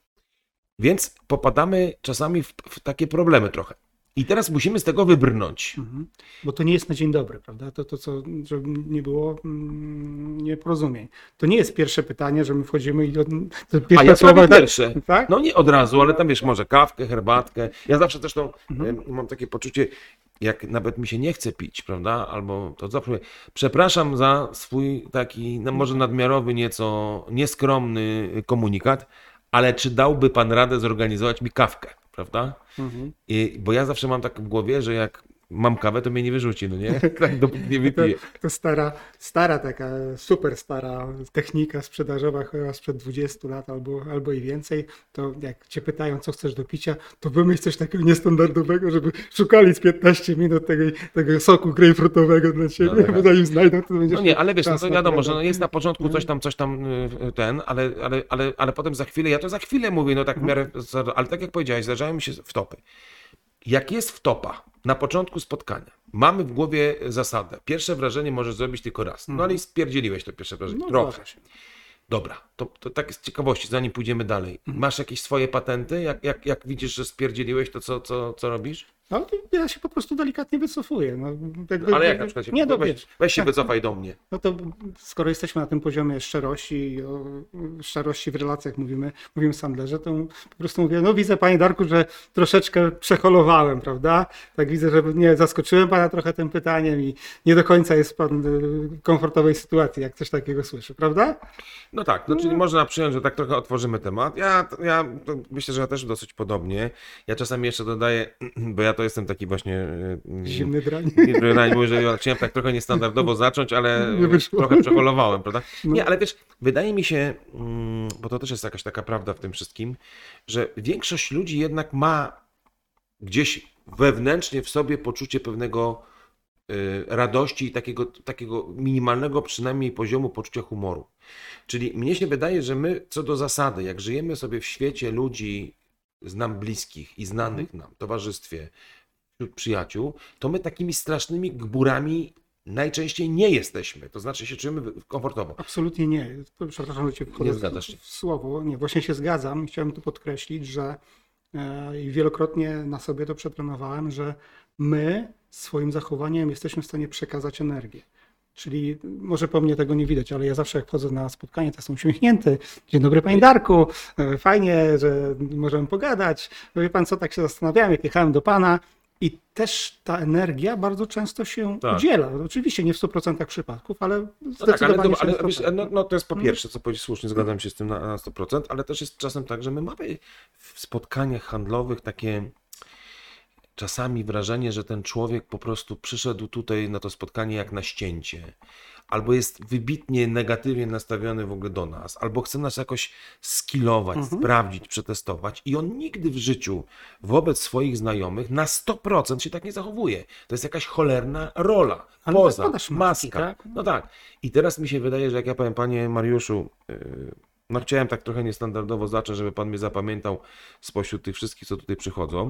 Więc popadamy czasami w, w takie problemy trochę. I teraz musimy z tego wybrnąć. Mhm. Bo to nie jest na dzień dobry, prawda? To, to co, żeby nie było mm, nieporozumień. To nie jest pierwsze pytanie, że my wchodzimy i... Od, to A ja słowa pierwsze. Tak? No nie od razu, ale tam wiesz, może kawkę, herbatkę. Ja zawsze zresztą mhm. mam takie poczucie, jak nawet mi się nie chce pić, prawda? Albo to zawsze mówię, przepraszam za swój taki, no może nadmiarowy, nieco nieskromny komunikat, ale czy dałby pan radę zorganizować mi kawkę, prawda? Mhm. I, bo ja zawsze mam tak w głowie, że jak mam kawę, to mnie nie wyrzuci, no nie? Tak dopóki nie wypiję. To, to stara, stara taka, super stara technika sprzedażowa chyba sprzed dwudziestu lat albo, albo i więcej. To jak cię pytają, co chcesz do picia, to wymyśl coś takiego niestandardowego, żeby szukali z piętnaście minut tego, tego soku grejpfrutowego dla ciebie, no, bo zanim znajdą, to będziesz... No nie, ale wiesz, no to wiadomo, że no jest na początku coś tam, coś tam ten, ale, ale, ale, ale potem za chwilę, ja to za chwilę mówię, no tak w miarę, ale tak jak powiedziałeś, zdarzają mi się wtopy. Jak jest wtopa na początku spotkania, mamy w głowie zasadę. Pierwsze wrażenie możesz zrobić tylko raz. No ale i spierdzieliłeś to pierwsze wrażenie. No, trochę. Dobra, to, to tak z ciekawości, zanim pójdziemy dalej. Masz jakieś swoje patenty? Jak, jak, jak widzisz, że spierdzieliłeś, to co, co, co robisz? No, ja się po prostu delikatnie wycofuję. No, jakby, ale jak na przykład się nie weź, weź, weź się wycofaj do mnie. No to skoro jesteśmy na tym poziomie szczerości, o szczerości w relacjach mówimy, mówimy z handlerze, to po prostu mówię, no widzę panie Darku, że troszeczkę przeholowałem, prawda? Tak widzę, że nie zaskoczyłem pana trochę tym pytaniem i nie do końca jest pan w komfortowej sytuacji, jak coś takiego słyszy, prawda? No tak, znaczy czyli można przyjąć, że tak trochę otworzymy temat. Ja, ja to myślę, że ja też dosyć podobnie. Ja czasami jeszcze dodaję, bo ja to jestem taki właśnie... Zimny drań. drań, bo że ja chciałem tak trochę niestandardowo zacząć, ale Nie wyszło. trochę przeholowałem, prawda? No. Nie, ale wiesz, wydaje mi się, mm, bo to też jest jakaś taka prawda w tym wszystkim, że większość ludzi jednak ma gdzieś wewnętrznie w sobie poczucie pewnego y, radości i takiego, takiego minimalnego przynajmniej poziomu poczucia humoru. Czyli mnie się wydaje, że my co do zasady, jak żyjemy sobie w świecie ludzi z nam bliskich i znanych nam, towarzystwie, wśród przyjaciół, to my takimi strasznymi gburami najczęściej nie jesteśmy. To znaczy się czujemy komfortowo. Absolutnie nie. Przepraszam, że cię wchodzę Nie zgadzasz się. w słowo. Nie, właśnie się zgadzam. Chciałem tu podkreślić, że e, i wielokrotnie na sobie to przetrenowałem, że my swoim zachowaniem jesteśmy w stanie przekazać energię. Czyli może po mnie tego nie widać, ale ja zawsze jak wchodzę na spotkanie, to jestem uśmiechnięty. Dzień dobry, panie Darku. E, Fajnie, że możemy pogadać. Wie pan co, tak się zastanawiałem, jak jechałem do pana. I też ta energia bardzo często się Tak. udziela. Oczywiście nie w stu procentach przypadków, ale No tak, zdecydowanie ale, to, się ale w stu wiesz, procentach. no, no to jest po pierwsze, co powiedzieć słusznie, zgadzam się z tym na, na sto procent, ale też jest czasem tak, że my mamy w spotkaniach handlowych takie czasami wrażenie, że ten człowiek po prostu przyszedł tutaj na to spotkanie jak na ścięcie, albo jest wybitnie negatywnie nastawiony w ogóle do nas, albo chce nas jakoś skillować, Mhm. sprawdzić, przetestować i on nigdy w życiu wobec swoich znajomych na sto procent się tak nie zachowuje. To jest jakaś cholerna rola, Ale poza, zakładasz maski, maska. tak? No tak. I teraz mi się wydaje, że jak ja powiem, panie Mariuszu, yy, no chciałem tak trochę niestandardowo zacząć, żeby pan mnie zapamiętał spośród tych wszystkich, co tutaj przychodzą.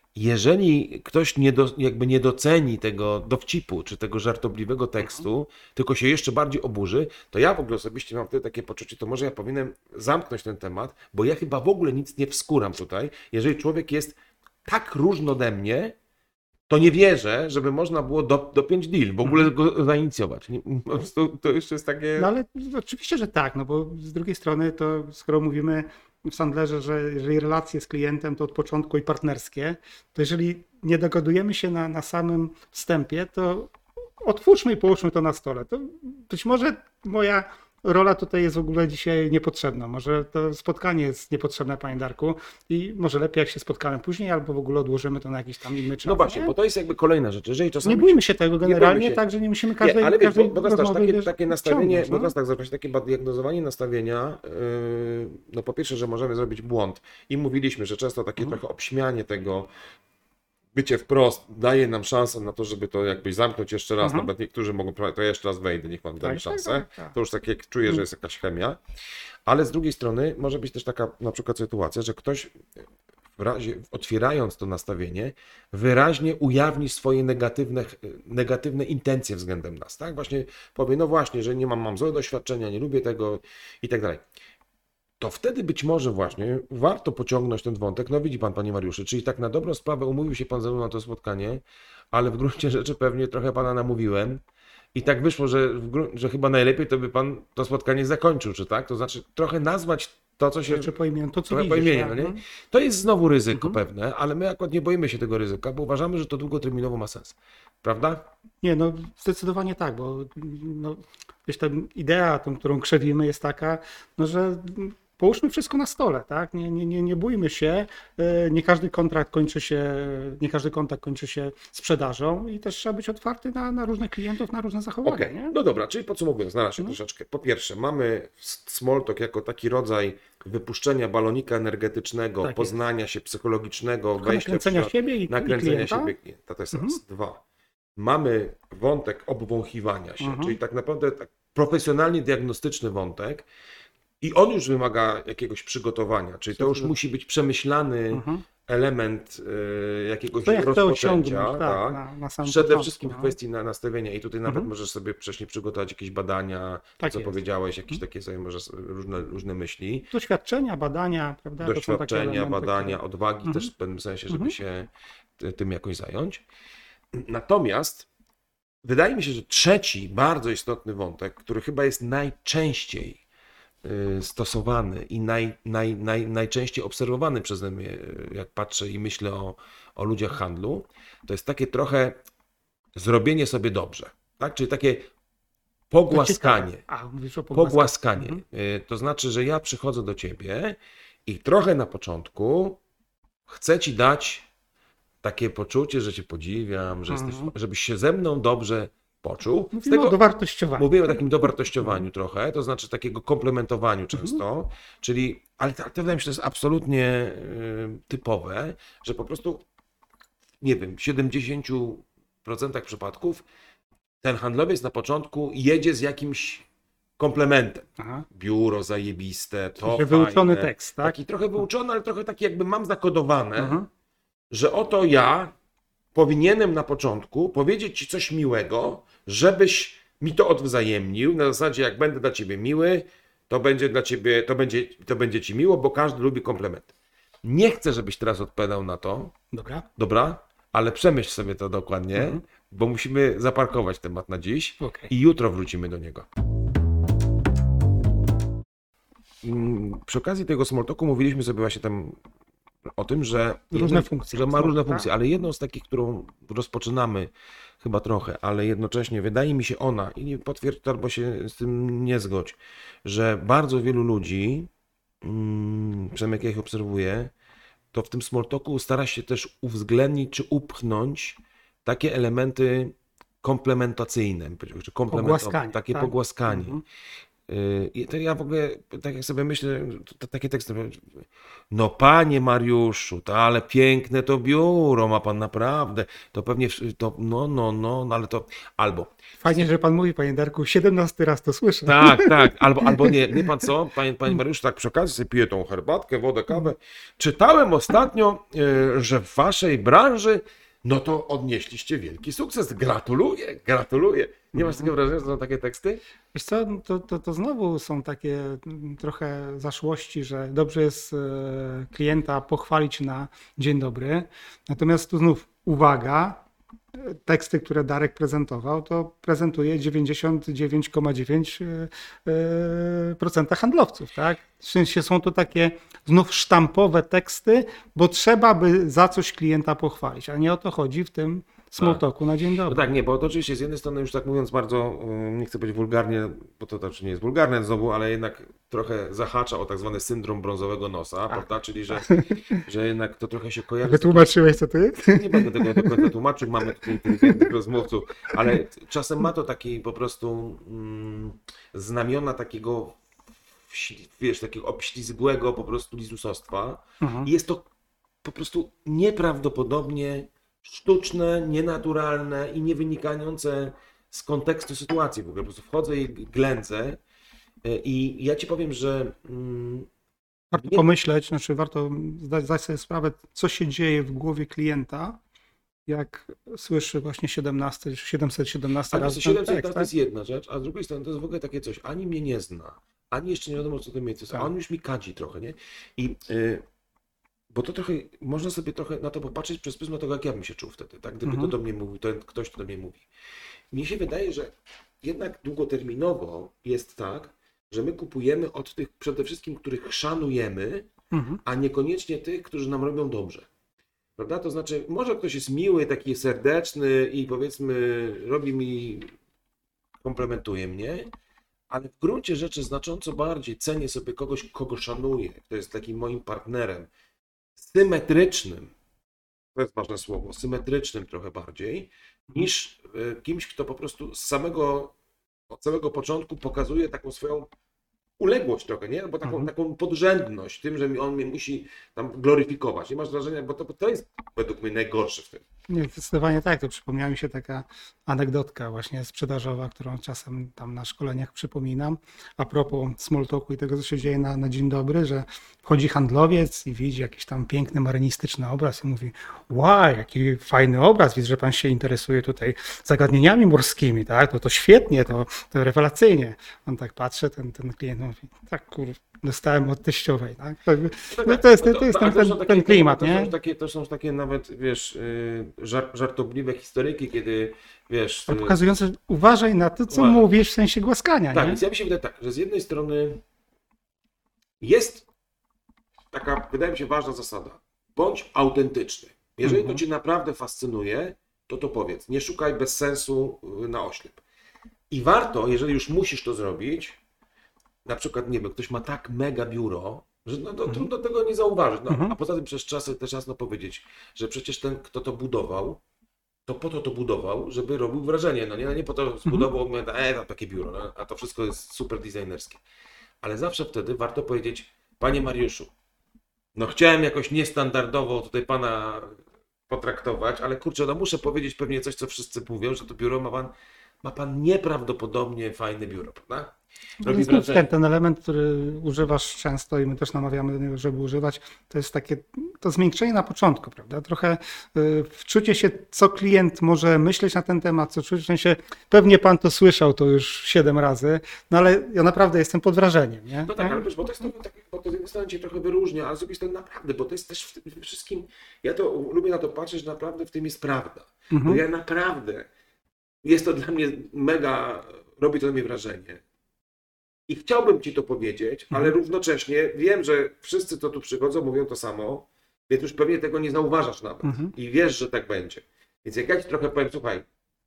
Jeżeli ktoś nie do, jakby nie doceni tego dowcipu, czy tego żartobliwego tekstu, tylko się jeszcze bardziej oburzy, to ja w ogóle osobiście mam wtedy takie poczucie, to może ja powinienem zamknąć ten temat, bo ja chyba w ogóle nic nie wskuram tutaj. Jeżeli człowiek jest tak różny ode mnie, to nie wierzę, żeby można było do, dopiąć deal, w ogóle go zainicjować. Nie, po prostu to jeszcze jest takie... No ale oczywiście, że tak, no bo z drugiej strony to skoro mówimy w Sandlerze, że jeżeli relacje z klientem to od początku i partnerskie, to jeżeli nie dogadujemy się na, na samym wstępie, to otwórzmy i połóżmy to na stole. To być może moja rola tutaj jest w ogóle dzisiaj niepotrzebna. Może to spotkanie jest niepotrzebne, panie Darku, i może lepiej jak się spotkamy później, albo w ogóle odłożymy to na jakiś tam inny czas. No właśnie, nie? bo to jest jakby kolejna rzecz. Jeżeli czasami... Nie bójmy się tego generalnie, bójmy się. tak, że nie musimy każdej, Nie, ale wiesz, każdej bo, bo to jest też rozmowy, takie, wiesz, takie nastawienie, ciągnąć, bo no. to jest tak, zobacz, takie diagnozowanie nastawienia, yy, no po pierwsze, że możemy zrobić błąd i mówiliśmy, że często takie Mhm. trochę obśmianie tego, bycie wprost daje nam szansę na to, żeby to jakby zamknąć jeszcze raz, Mhm. nawet niektórzy mogą, to ja jeszcze raz wejdę, niech pan da mi Tak, szansę, tak, tak. to już tak jak czuję, że jest jakaś chemia, ale z drugiej strony może być też taka na przykład sytuacja, że ktoś w razie, otwierając to nastawienie, wyraźnie ujawni swoje negatywne, negatywne intencje względem nas, tak? Właśnie powie, no właśnie, że nie mam, mam złe doświadczenia, nie lubię tego i tak dalej. To wtedy być może właśnie warto pociągnąć ten wątek. No widzi pan, panie Mariuszu, czyli tak na dobrą sprawę umówił się pan ze mną na to spotkanie, ale w gruncie rzeczy pewnie trochę pana namówiłem i tak wyszło, że, w grun- że chyba najlepiej to by pan to spotkanie zakończył, czy tak? To znaczy trochę nazwać to, co się... Rzeczy po imieniu, to co Trochę widzisz. po imieniu, tak, no nie? no. To jest znowu ryzyko Mhm. pewne, ale my akurat nie boimy się tego ryzyka, bo uważamy, że to długoterminowo ma sens. Prawda? Nie, no zdecydowanie tak, bo no, wiesz, ta idea, tą, którą krzewimy, jest taka, no, że połóżmy wszystko na stole, tak? Nie, nie, nie, nie bójmy się. e, Nie każdy kontrakt kończy się, nie każdy kontakt kończy się sprzedażą i też trzeba być otwarty na, na różnych klientów, na różne zachowania. Okej, Nie? no dobra, czyli podsumowując, na razie Mhm. troszeczkę. Po pierwsze, mamy small talk jako taki rodzaj wypuszczenia balonika energetycznego, Tak jest. poznania się psychologicznego, Tylko wejścia nakręcenia w siebie i, i nakręcenia klienta. siebie klienta. To jest Mhm. raz. Dwa. Mamy wątek obwąchiwania się, Mhm. czyli tak naprawdę tak profesjonalnie diagnostyczny wątek. I on już wymaga jakiegoś przygotowania, czyli to już Zdecydowanie. musi być przemyślany Mhm. element y, jakiegoś To jak to osiągnąć, rozpoczęcia. tak, tak. na, na samym Przede początku, wszystkim w no. kwestii na, nastawienia i tutaj nawet Mhm. możesz sobie wcześniej przygotować jakieś badania, to Tak co jest. powiedziałeś, jakieś takie sobie może różne, różne myśli, Doświadczenia, badania, prawda? To są takie doświadczenia, elementy, badania, które- odwagi Mhm. też w pewnym sensie, żeby Mhm. się ty- tym jakoś zająć. Natomiast wydaje mi się, że trzeci bardzo istotny wątek, który chyba jest najczęściej y, stosowany i naj, naj, naj, najczęściej obserwowany przeze mnie, y, jak patrzę i myślę o, o ludziach handlu, to jest takie trochę zrobienie sobie dobrze, tak? Czyli takie pogłaskanie. A, mówisz o pogłaskaniu. Pogłaskanie. Mhm. Y, To znaczy, że ja przychodzę do ciebie i trochę na początku chcę ci dać takie poczucie, że cię podziwiam, że Mhm. jesteś, żebyś się ze mną dobrze poczuł. Z Mówimy tego o dowartościowaniu. mówimy o takim dowartościowaniu trochę, to znaczy takiego komplementowaniu często, czyli, ale to, to wydaje mi się, że to jest absolutnie y, typowe, że po prostu, nie wiem, w siedemdziesięciu procentach przypadków ten handlowiec na początku jedzie z jakimś komplementem. Aha. Biuro zajebiste, to Że wyuczony fajne. tekst, tak? Taki trochę wyuczony, ale trochę taki jakby mam zakodowane, Mhm. że oto ja powinienem na początku powiedzieć ci coś miłego, żebyś mi to odwzajemnił. Na zasadzie, jak będę dla ciebie miły, to będzie dla ciebie, to będzie, to będzie ci miło, bo każdy lubi komplementy. Nie chcę, żebyś teraz odpowiadał na to, Dobra. dobra, ale przemyśl sobie to dokładnie, Mhm. bo musimy zaparkować temat na dziś Okej. i jutro wrócimy do niego. Mm, Przy okazji tego small talku mówiliśmy sobie właśnie tam o tym, że, Różne jednym- funkcje. że ma różne Tak? funkcje, ale jedną z takich, którą rozpoczynamy chyba trochę, ale jednocześnie wydaje mi się ona, i nie potwierdź to albo się z tym nie zgodź, że bardzo wielu ludzi, mm, przynajmniej jak ja ich obserwuję, to w tym small talku stara się też uwzględnić czy upchnąć takie elementy komplementacyjne, czy komplementowe, Pogłaskanie, takie tak? pogłaskanie. Mhm. Yy, I to ja w ogóle, tak jak sobie myślę, to, to takie teksty, no panie Mariuszu, to ale piękne to biuro ma pan naprawdę, to pewnie, wsz- to no, no, no, no ale to, albo, Fajnie, że pan mówi, panie Darku, siedemnasty raz to słyszę. tak, tak, albo, albo nie, wie pan co, panie, panie Mariuszu, tak przy okazji sobie piję tą herbatkę, wodę, kawę, czytałem ostatnio, yy, że w waszej branży, no to odnieśliście wielki sukces, gratuluję, gratuluję. Nie masz takiego wrażenia, że to są takie teksty? Wiesz co, to, to, to znowu są takie mm, trochę zaszłości, że dobrze jest e, klienta pochwalić na dzień dobry. Natomiast tu znów uwaga, e, teksty, które Darek prezentował, to prezentuje dziewięćdziesiąt dziewięć przecinek dziewięć procent handlowców, tak? W sensie są to takie znów sztampowe teksty, bo trzeba by za coś klienta pochwalić, a nie o to chodzi w tym small talku na dzień No dobry. tak, nie, bo to oczywiście z jednej strony już tak mówiąc bardzo, y, nie chcę być wulgarnie, bo to znaczy nie jest wulgarne znowu, ale jednak trochę zahacza o tak zwany syndrom brązowego nosa, prawda? Czyli, że, że jednak to trochę się kojarzy. z takim- Wytłumaczyłeś, co to jest? Nie będę tego do końca tłumaczył, mamy tutaj inteligentnych rozmówców, ale czasem ma to taki po prostu mm, znamiona takiego, wśli- wiesz, takiego obślizgłego po prostu lizusostwa. Mhm. I jest to po prostu nieprawdopodobnie sztuczne, nienaturalne i nie wynikające z kontekstu sytuacji w ogóle. Po prostu wchodzę i ględzę y, i ja ci powiem, że mm, Warto Nie- pomyśleć, znaczy warto zdać, zdać sobie sprawę, co się dzieje w głowie klienta, jak słyszy właśnie siedemnaście, siedemset siedemnaście ale razy ten siedemset tekst, to tak? jest jedna rzecz, a z drugiej strony to jest w ogóle takie coś, ani mnie nie zna, ani jeszcze nie wiadomo, co to miejsce jest, a Tak. on już mi kadzi trochę, nie? I y, bo to trochę, można sobie trochę na to popatrzeć przez pryzmat tego, jak ja bym się czuł wtedy, tak? Gdyby Mhm. to do mnie mówił, ten ktoś, kto do mnie mówi. Mnie się wydaje, że jednak długoterminowo jest tak, że my kupujemy od tych przede wszystkim, których szanujemy, Mhm. a niekoniecznie tych, którzy nam robią dobrze. Prawda? To znaczy, może ktoś jest miły, taki serdeczny i powiedzmy robi mi, komplementuje mnie, ale w gruncie rzeczy znacząco bardziej cenię sobie kogoś, kogo szanuję, kto jest takim moim partnerem, symetrycznym, to jest ważne słowo, symetrycznym trochę bardziej, niż y, kimś, kto po prostu z samego, od samego początku pokazuje taką swoją uległość trochę, nie? Bo taką, Mhm. taką podrzędność tym, że mi- on mnie musi tam gloryfikować. Nie masz wrażenia, bo to, bo to jest według mnie najgorsze w tym. Nie, zdecydowanie tak. To przypomniała mi się taka anegdotka właśnie sprzedażowa, którą czasem tam na szkoleniach przypominam. A propos small talku i tego, co się dzieje na, na dzień dobry, że wchodzi handlowiec i widzi jakiś tam piękny marynistyczny obraz i mówi: wow, jaki fajny obraz, widzę, że pan się interesuje tutaj zagadnieniami morskimi, tak? To, to świetnie, to, to rewelacyjnie. On tak patrzy, ten, ten klient mówi: tak, kur, dostałem od teściowej, tak? Jakby, no to jest, to jest ten, ale ten, są takie- ten klimat, to nie? Są takie, to są takie nawet, wiesz, y, żar, żartobliwe historyjki, kiedy, wiesz... Ale y, pokazujące, uważaj na to, co Uważaj. mówisz w sensie głaskania, Tak, nie? więc ja mi się wydaje tak, że z jednej strony jest taka, wydaje mi się, ważna zasada. Bądź autentyczny. Jeżeli Mhm. to cię naprawdę fascynuje, to to powiedz. Nie szukaj bez sensu y, na oślep. I warto, jeżeli już musisz to zrobić, na przykład, nie wiem, ktoś ma tak mega biuro, że no, to trudno tego nie zauważyć. No, Mhm. a poza tym przez czasy też jasno powiedzieć, że przecież ten, kto to budował, to po to to budował, żeby robił wrażenie. No nie, no nie po to zbudował, mhm. e, to takie biuro, no, a to wszystko jest super designerskie. Ale zawsze wtedy warto powiedzieć, panie Mariuszu, no chciałem jakoś niestandardowo tutaj pana potraktować, ale kurczę, no muszę powiedzieć pewnie coś, co wszyscy mówią, że to biuro ma pan, ma pan nieprawdopodobnie fajne biuro, prawda? Robi ten, ten element, który używasz często i my też namawiamy do niego, żeby używać, to jest takie to zmiękczenie na początku, prawda? Trochę y, wczucie się, co klient może myśleć na ten temat, co czuć, w sensie pewnie pan to słyszał to już siedem razy, no ale ja naprawdę jestem pod wrażeniem, nie? No tak, ale wiesz, bo to jest to, tak, bo to z jednej strony cię trochę wyróżnia, ale z drugiej strony naprawdę, bo to jest też w tym wszystkim, ja to lubię na to patrzeć, że naprawdę w tym jest prawda. Mhm. Bo ja naprawdę, jest to dla mnie mega, robi to na mnie wrażenie. I chciałbym ci to powiedzieć, ale mhm. równocześnie wiem, że wszyscy, co tu przychodzą, mówią to samo, więc już pewnie tego nie zauważasz nawet. Mhm. I wiesz, że tak będzie. Więc jak ja ci trochę powiem, słuchaj,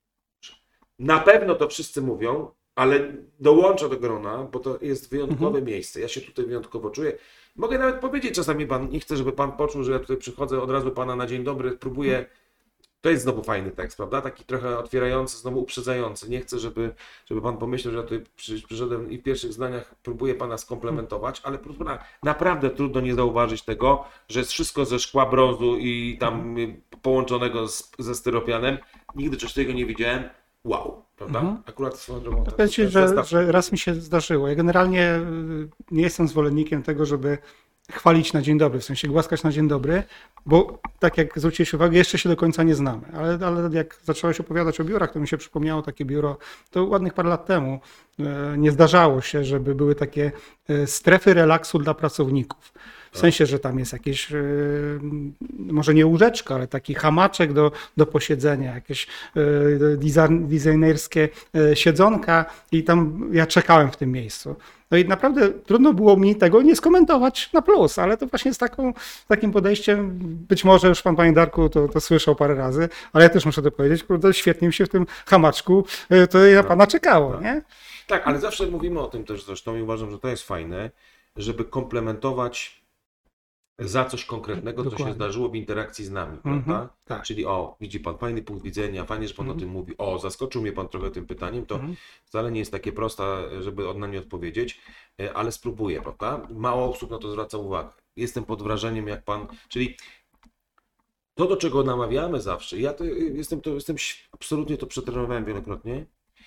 na pewno to wszyscy mówią, ale dołączę do grona, bo to jest wyjątkowe mhm. miejsce. Ja się tutaj wyjątkowo czuję. Mogę nawet powiedzieć czasami, pan, nie chcę, żeby pan poczuł, że ja tutaj przychodzę od razu pana na dzień dobry, próbuję. Mhm. To jest znowu fajny tekst, prawda? Taki trochę otwierający, znowu uprzedzający. Nie chcę, żeby, żeby pan pomyślał, że ja tutaj przyszedłem i w pierwszych zdaniach próbuję pana skomplementować, ale naprawdę trudno nie zauważyć tego, że jest wszystko ze szkła, brązu i tam połączonego z, ze styropianem. Nigdy czegoś takiego nie widziałem. Wow, prawda? Mhm. Akurat swoją drogą. To powiem ci, że, że raz mi się zdarzyło. Ja generalnie nie jestem zwolennikiem tego, żeby chwalić na dzień dobry, w sensie głaskać na dzień dobry, bo tak jak zwróciłeś uwagę, jeszcze się do końca nie znamy, ale, ale jak zacząłeś opowiadać o biurach, to mi się przypomniało takie biuro, to ładnych parę lat temu nie zdarzało się, żeby były takie strefy relaksu dla pracowników. W sensie, że tam jest jakieś, może nie łóżeczko, ale taki hamaczek do, do posiedzenia, jakieś designerskie siedzonka i tam ja czekałem w tym miejscu. No i naprawdę trudno było mi tego nie skomentować na plus, ale to właśnie z taką, takim podejściem, być może już pan, panie Darku, to, to słyszał parę razy, ale ja też muszę to powiedzieć, kurde, świetnie mi się w tym hamaczku to na pana czekało, tak. nie? Tak, ale zawsze mówimy o tym też zresztą i uważam, że to jest fajne, żeby komplementować za coś konkretnego, Dokładnie. co się zdarzyło w interakcji z nami, mm-hmm, prawda? Tak. Czyli o, widzi pan, fajny punkt widzenia, fajnie, że pan mm-hmm. o tym mówi, o, zaskoczył mnie pan trochę tym pytaniem, to mm-hmm. wcale nie jest takie proste, żeby na nie odpowiedzieć, ale spróbuję, prawda? Mało osób na to zwraca uwagę. Jestem pod wrażeniem, jak pan, czyli to, do czego namawiamy zawsze, ja to jestem, to jestem absolutnie to przetrenowałem wielokrotnie,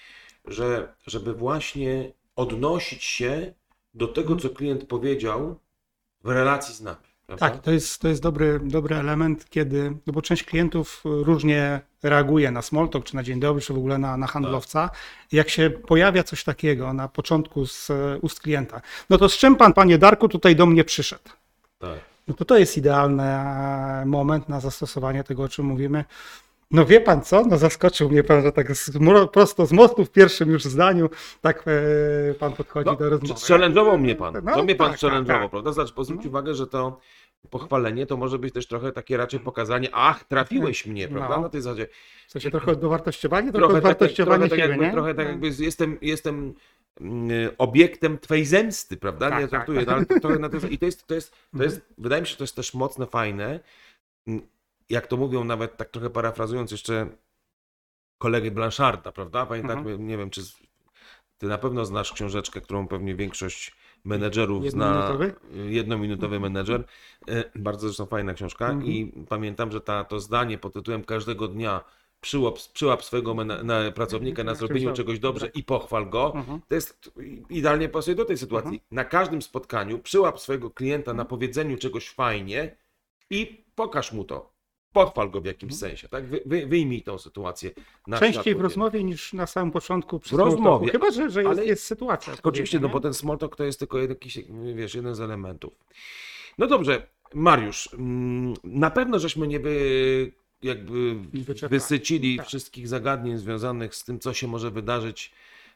że żeby właśnie odnosić się do tego, co klient powiedział w relacji z nami. Prawda? Tak, to jest, to jest dobry, dobry element, kiedy, no bo część klientów różnie reaguje na small talk, czy na dzień dobry, czy w ogóle na, na handlowca. Tak. Jak się pojawia coś takiego na początku z ust klienta, no to z czym pan, panie Darku, tutaj do mnie przyszedł? Tak. No to to jest idealny moment na zastosowanie tego, o czym mówimy. No wie pan co, no zaskoczył mnie pan, że tak z, prosto z mostu w pierwszym już zdaniu tak e, pan podchodzi no, do rozmowy. Challenge'ował mnie pan, no, to mnie pan tak, challenge'ował, tak, tak. prawda? Znaczy, zwróć no. uwagę, że to pochwalenie to może być też trochę takie raczej pokazanie, ach, trafiłeś mnie, prawda? No. Na tej zasadzie. W sensie trochę dowartościowanie, trochę, trochę dowartościowanie tak, siebie, jakby, nie? Trochę tak jakby jestem, jestem obiektem twojej zemsty, prawda? Tak, nie traktuję, tak. no, ale to, trochę na tej, i to jest, to jest, to jest, wydaje mi się, że to jest też mocne, fajne, jak to mówią nawet tak trochę parafrazując jeszcze kolegę Blancharda, prawda? Pamiętam, mhm. nie wiem, czy ty na pewno znasz książeczkę, którą pewnie większość menedżerów zna. Jednominutowy menedżer. Bardzo zresztą fajna książka mhm. i pamiętam, że ta, to zdanie pod tytułem każdego dnia przyłap, przyłap swojego mena, pracownika na zrobieniu czegoś dobrze i pochwal go, mhm. to jest idealnie pasuje do tej sytuacji. Mhm. Na każdym spotkaniu przyłap swojego klienta na powiedzeniu czegoś fajnie i pokaż mu to. Pochwal go w jakimś sensie, tak? Wy, wy, wyjmij tą sytuację. Na Częściej w rozmowie niż na samym początku przy w rozmowie. Chyba, że, że jest, jest sytuacja. Oczywiście, no bo ten small talk to jest tylko jakiś, wiesz, jeden z elementów. No dobrze, Mariusz, na pewno żeśmy nie by jakby wysycili tak. wszystkich zagadnień związanych z tym, co się może wydarzyć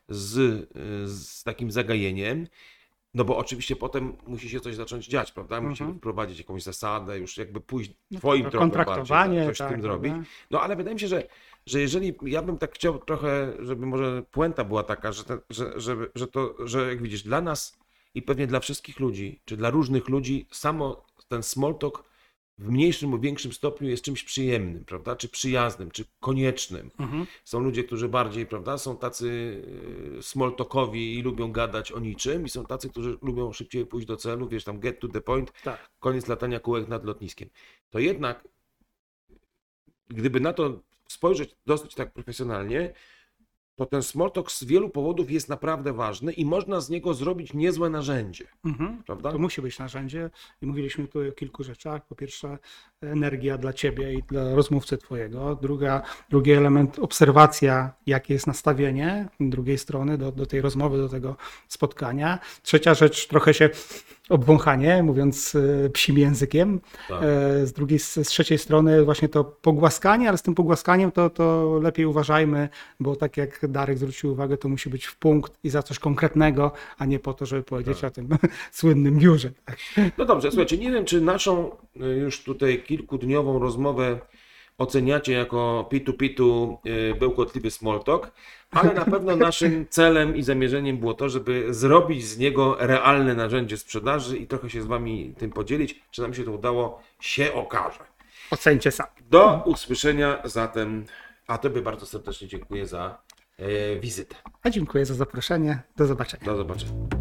z, z takim zagajeniem. No bo oczywiście potem musi się coś zacząć dziać, prawda? Musimy mhm. wprowadzić jakąś zasadę, już jakby pójść twoim no, drogą bardziej, coś tak, z tym zrobić. tak. No ale wydaje mi się, że, że jeżeli, ja bym tak chciał trochę, żeby może puenta była taka, że, te, że, że, że to, że jak widzisz, dla nas i pewnie dla wszystkich ludzi, czy dla różnych ludzi, samo ten small talk w mniejszym lub większym stopniu jest czymś przyjemnym, prawda, czy przyjaznym, czy koniecznym. Mhm. Są ludzie, którzy bardziej, prawda, są tacy y, small talkowi i lubią gadać o niczym i są tacy, którzy lubią szybciej pójść do celu, wiesz, tam get to the point, Tak. koniec latania kółek nad lotniskiem. To jednak, gdyby na to spojrzeć dosyć tak profesjonalnie, to ten small talk z wielu powodów jest naprawdę ważny i można z niego zrobić niezłe narzędzie, Mhm. prawda? To musi być narzędzie i mówiliśmy tu o kilku rzeczach. Po pierwsze energia dla ciebie i dla rozmówcy twojego. Druga, drugi element obserwacja, jakie jest nastawienie drugiej strony do, do tej rozmowy, do tego spotkania. Trzecia rzecz, trochę się obwąchanie, mówiąc e, psim językiem. Tak. E, z drugiej, z trzeciej strony właśnie to pogłaskanie, ale z tym pogłaskaniem to, to lepiej uważajmy, bo tak jak Darek zwrócił uwagę, to musi być w punkt i za coś konkretnego, a nie po to, żeby powiedzieć Tak. o tym słynnym biurze. No dobrze, słuchajcie, nie wiem, czy naszą y, już tutaj kilkudniową rozmowę oceniacie jako pitu-pitu y, bełkotliwy small talk, ale na pewno naszym celem i zamierzeniem było to, żeby zrobić z niego realne narzędzie sprzedaży i trochę się z wami tym podzielić. Czy nam się to udało, się okaże. Ocencie sami. Do usłyszenia zatem, a tobie bardzo serdecznie dziękuję za y, wizytę. A dziękuję za zaproszenie. Do zobaczenia. Do zobaczenia.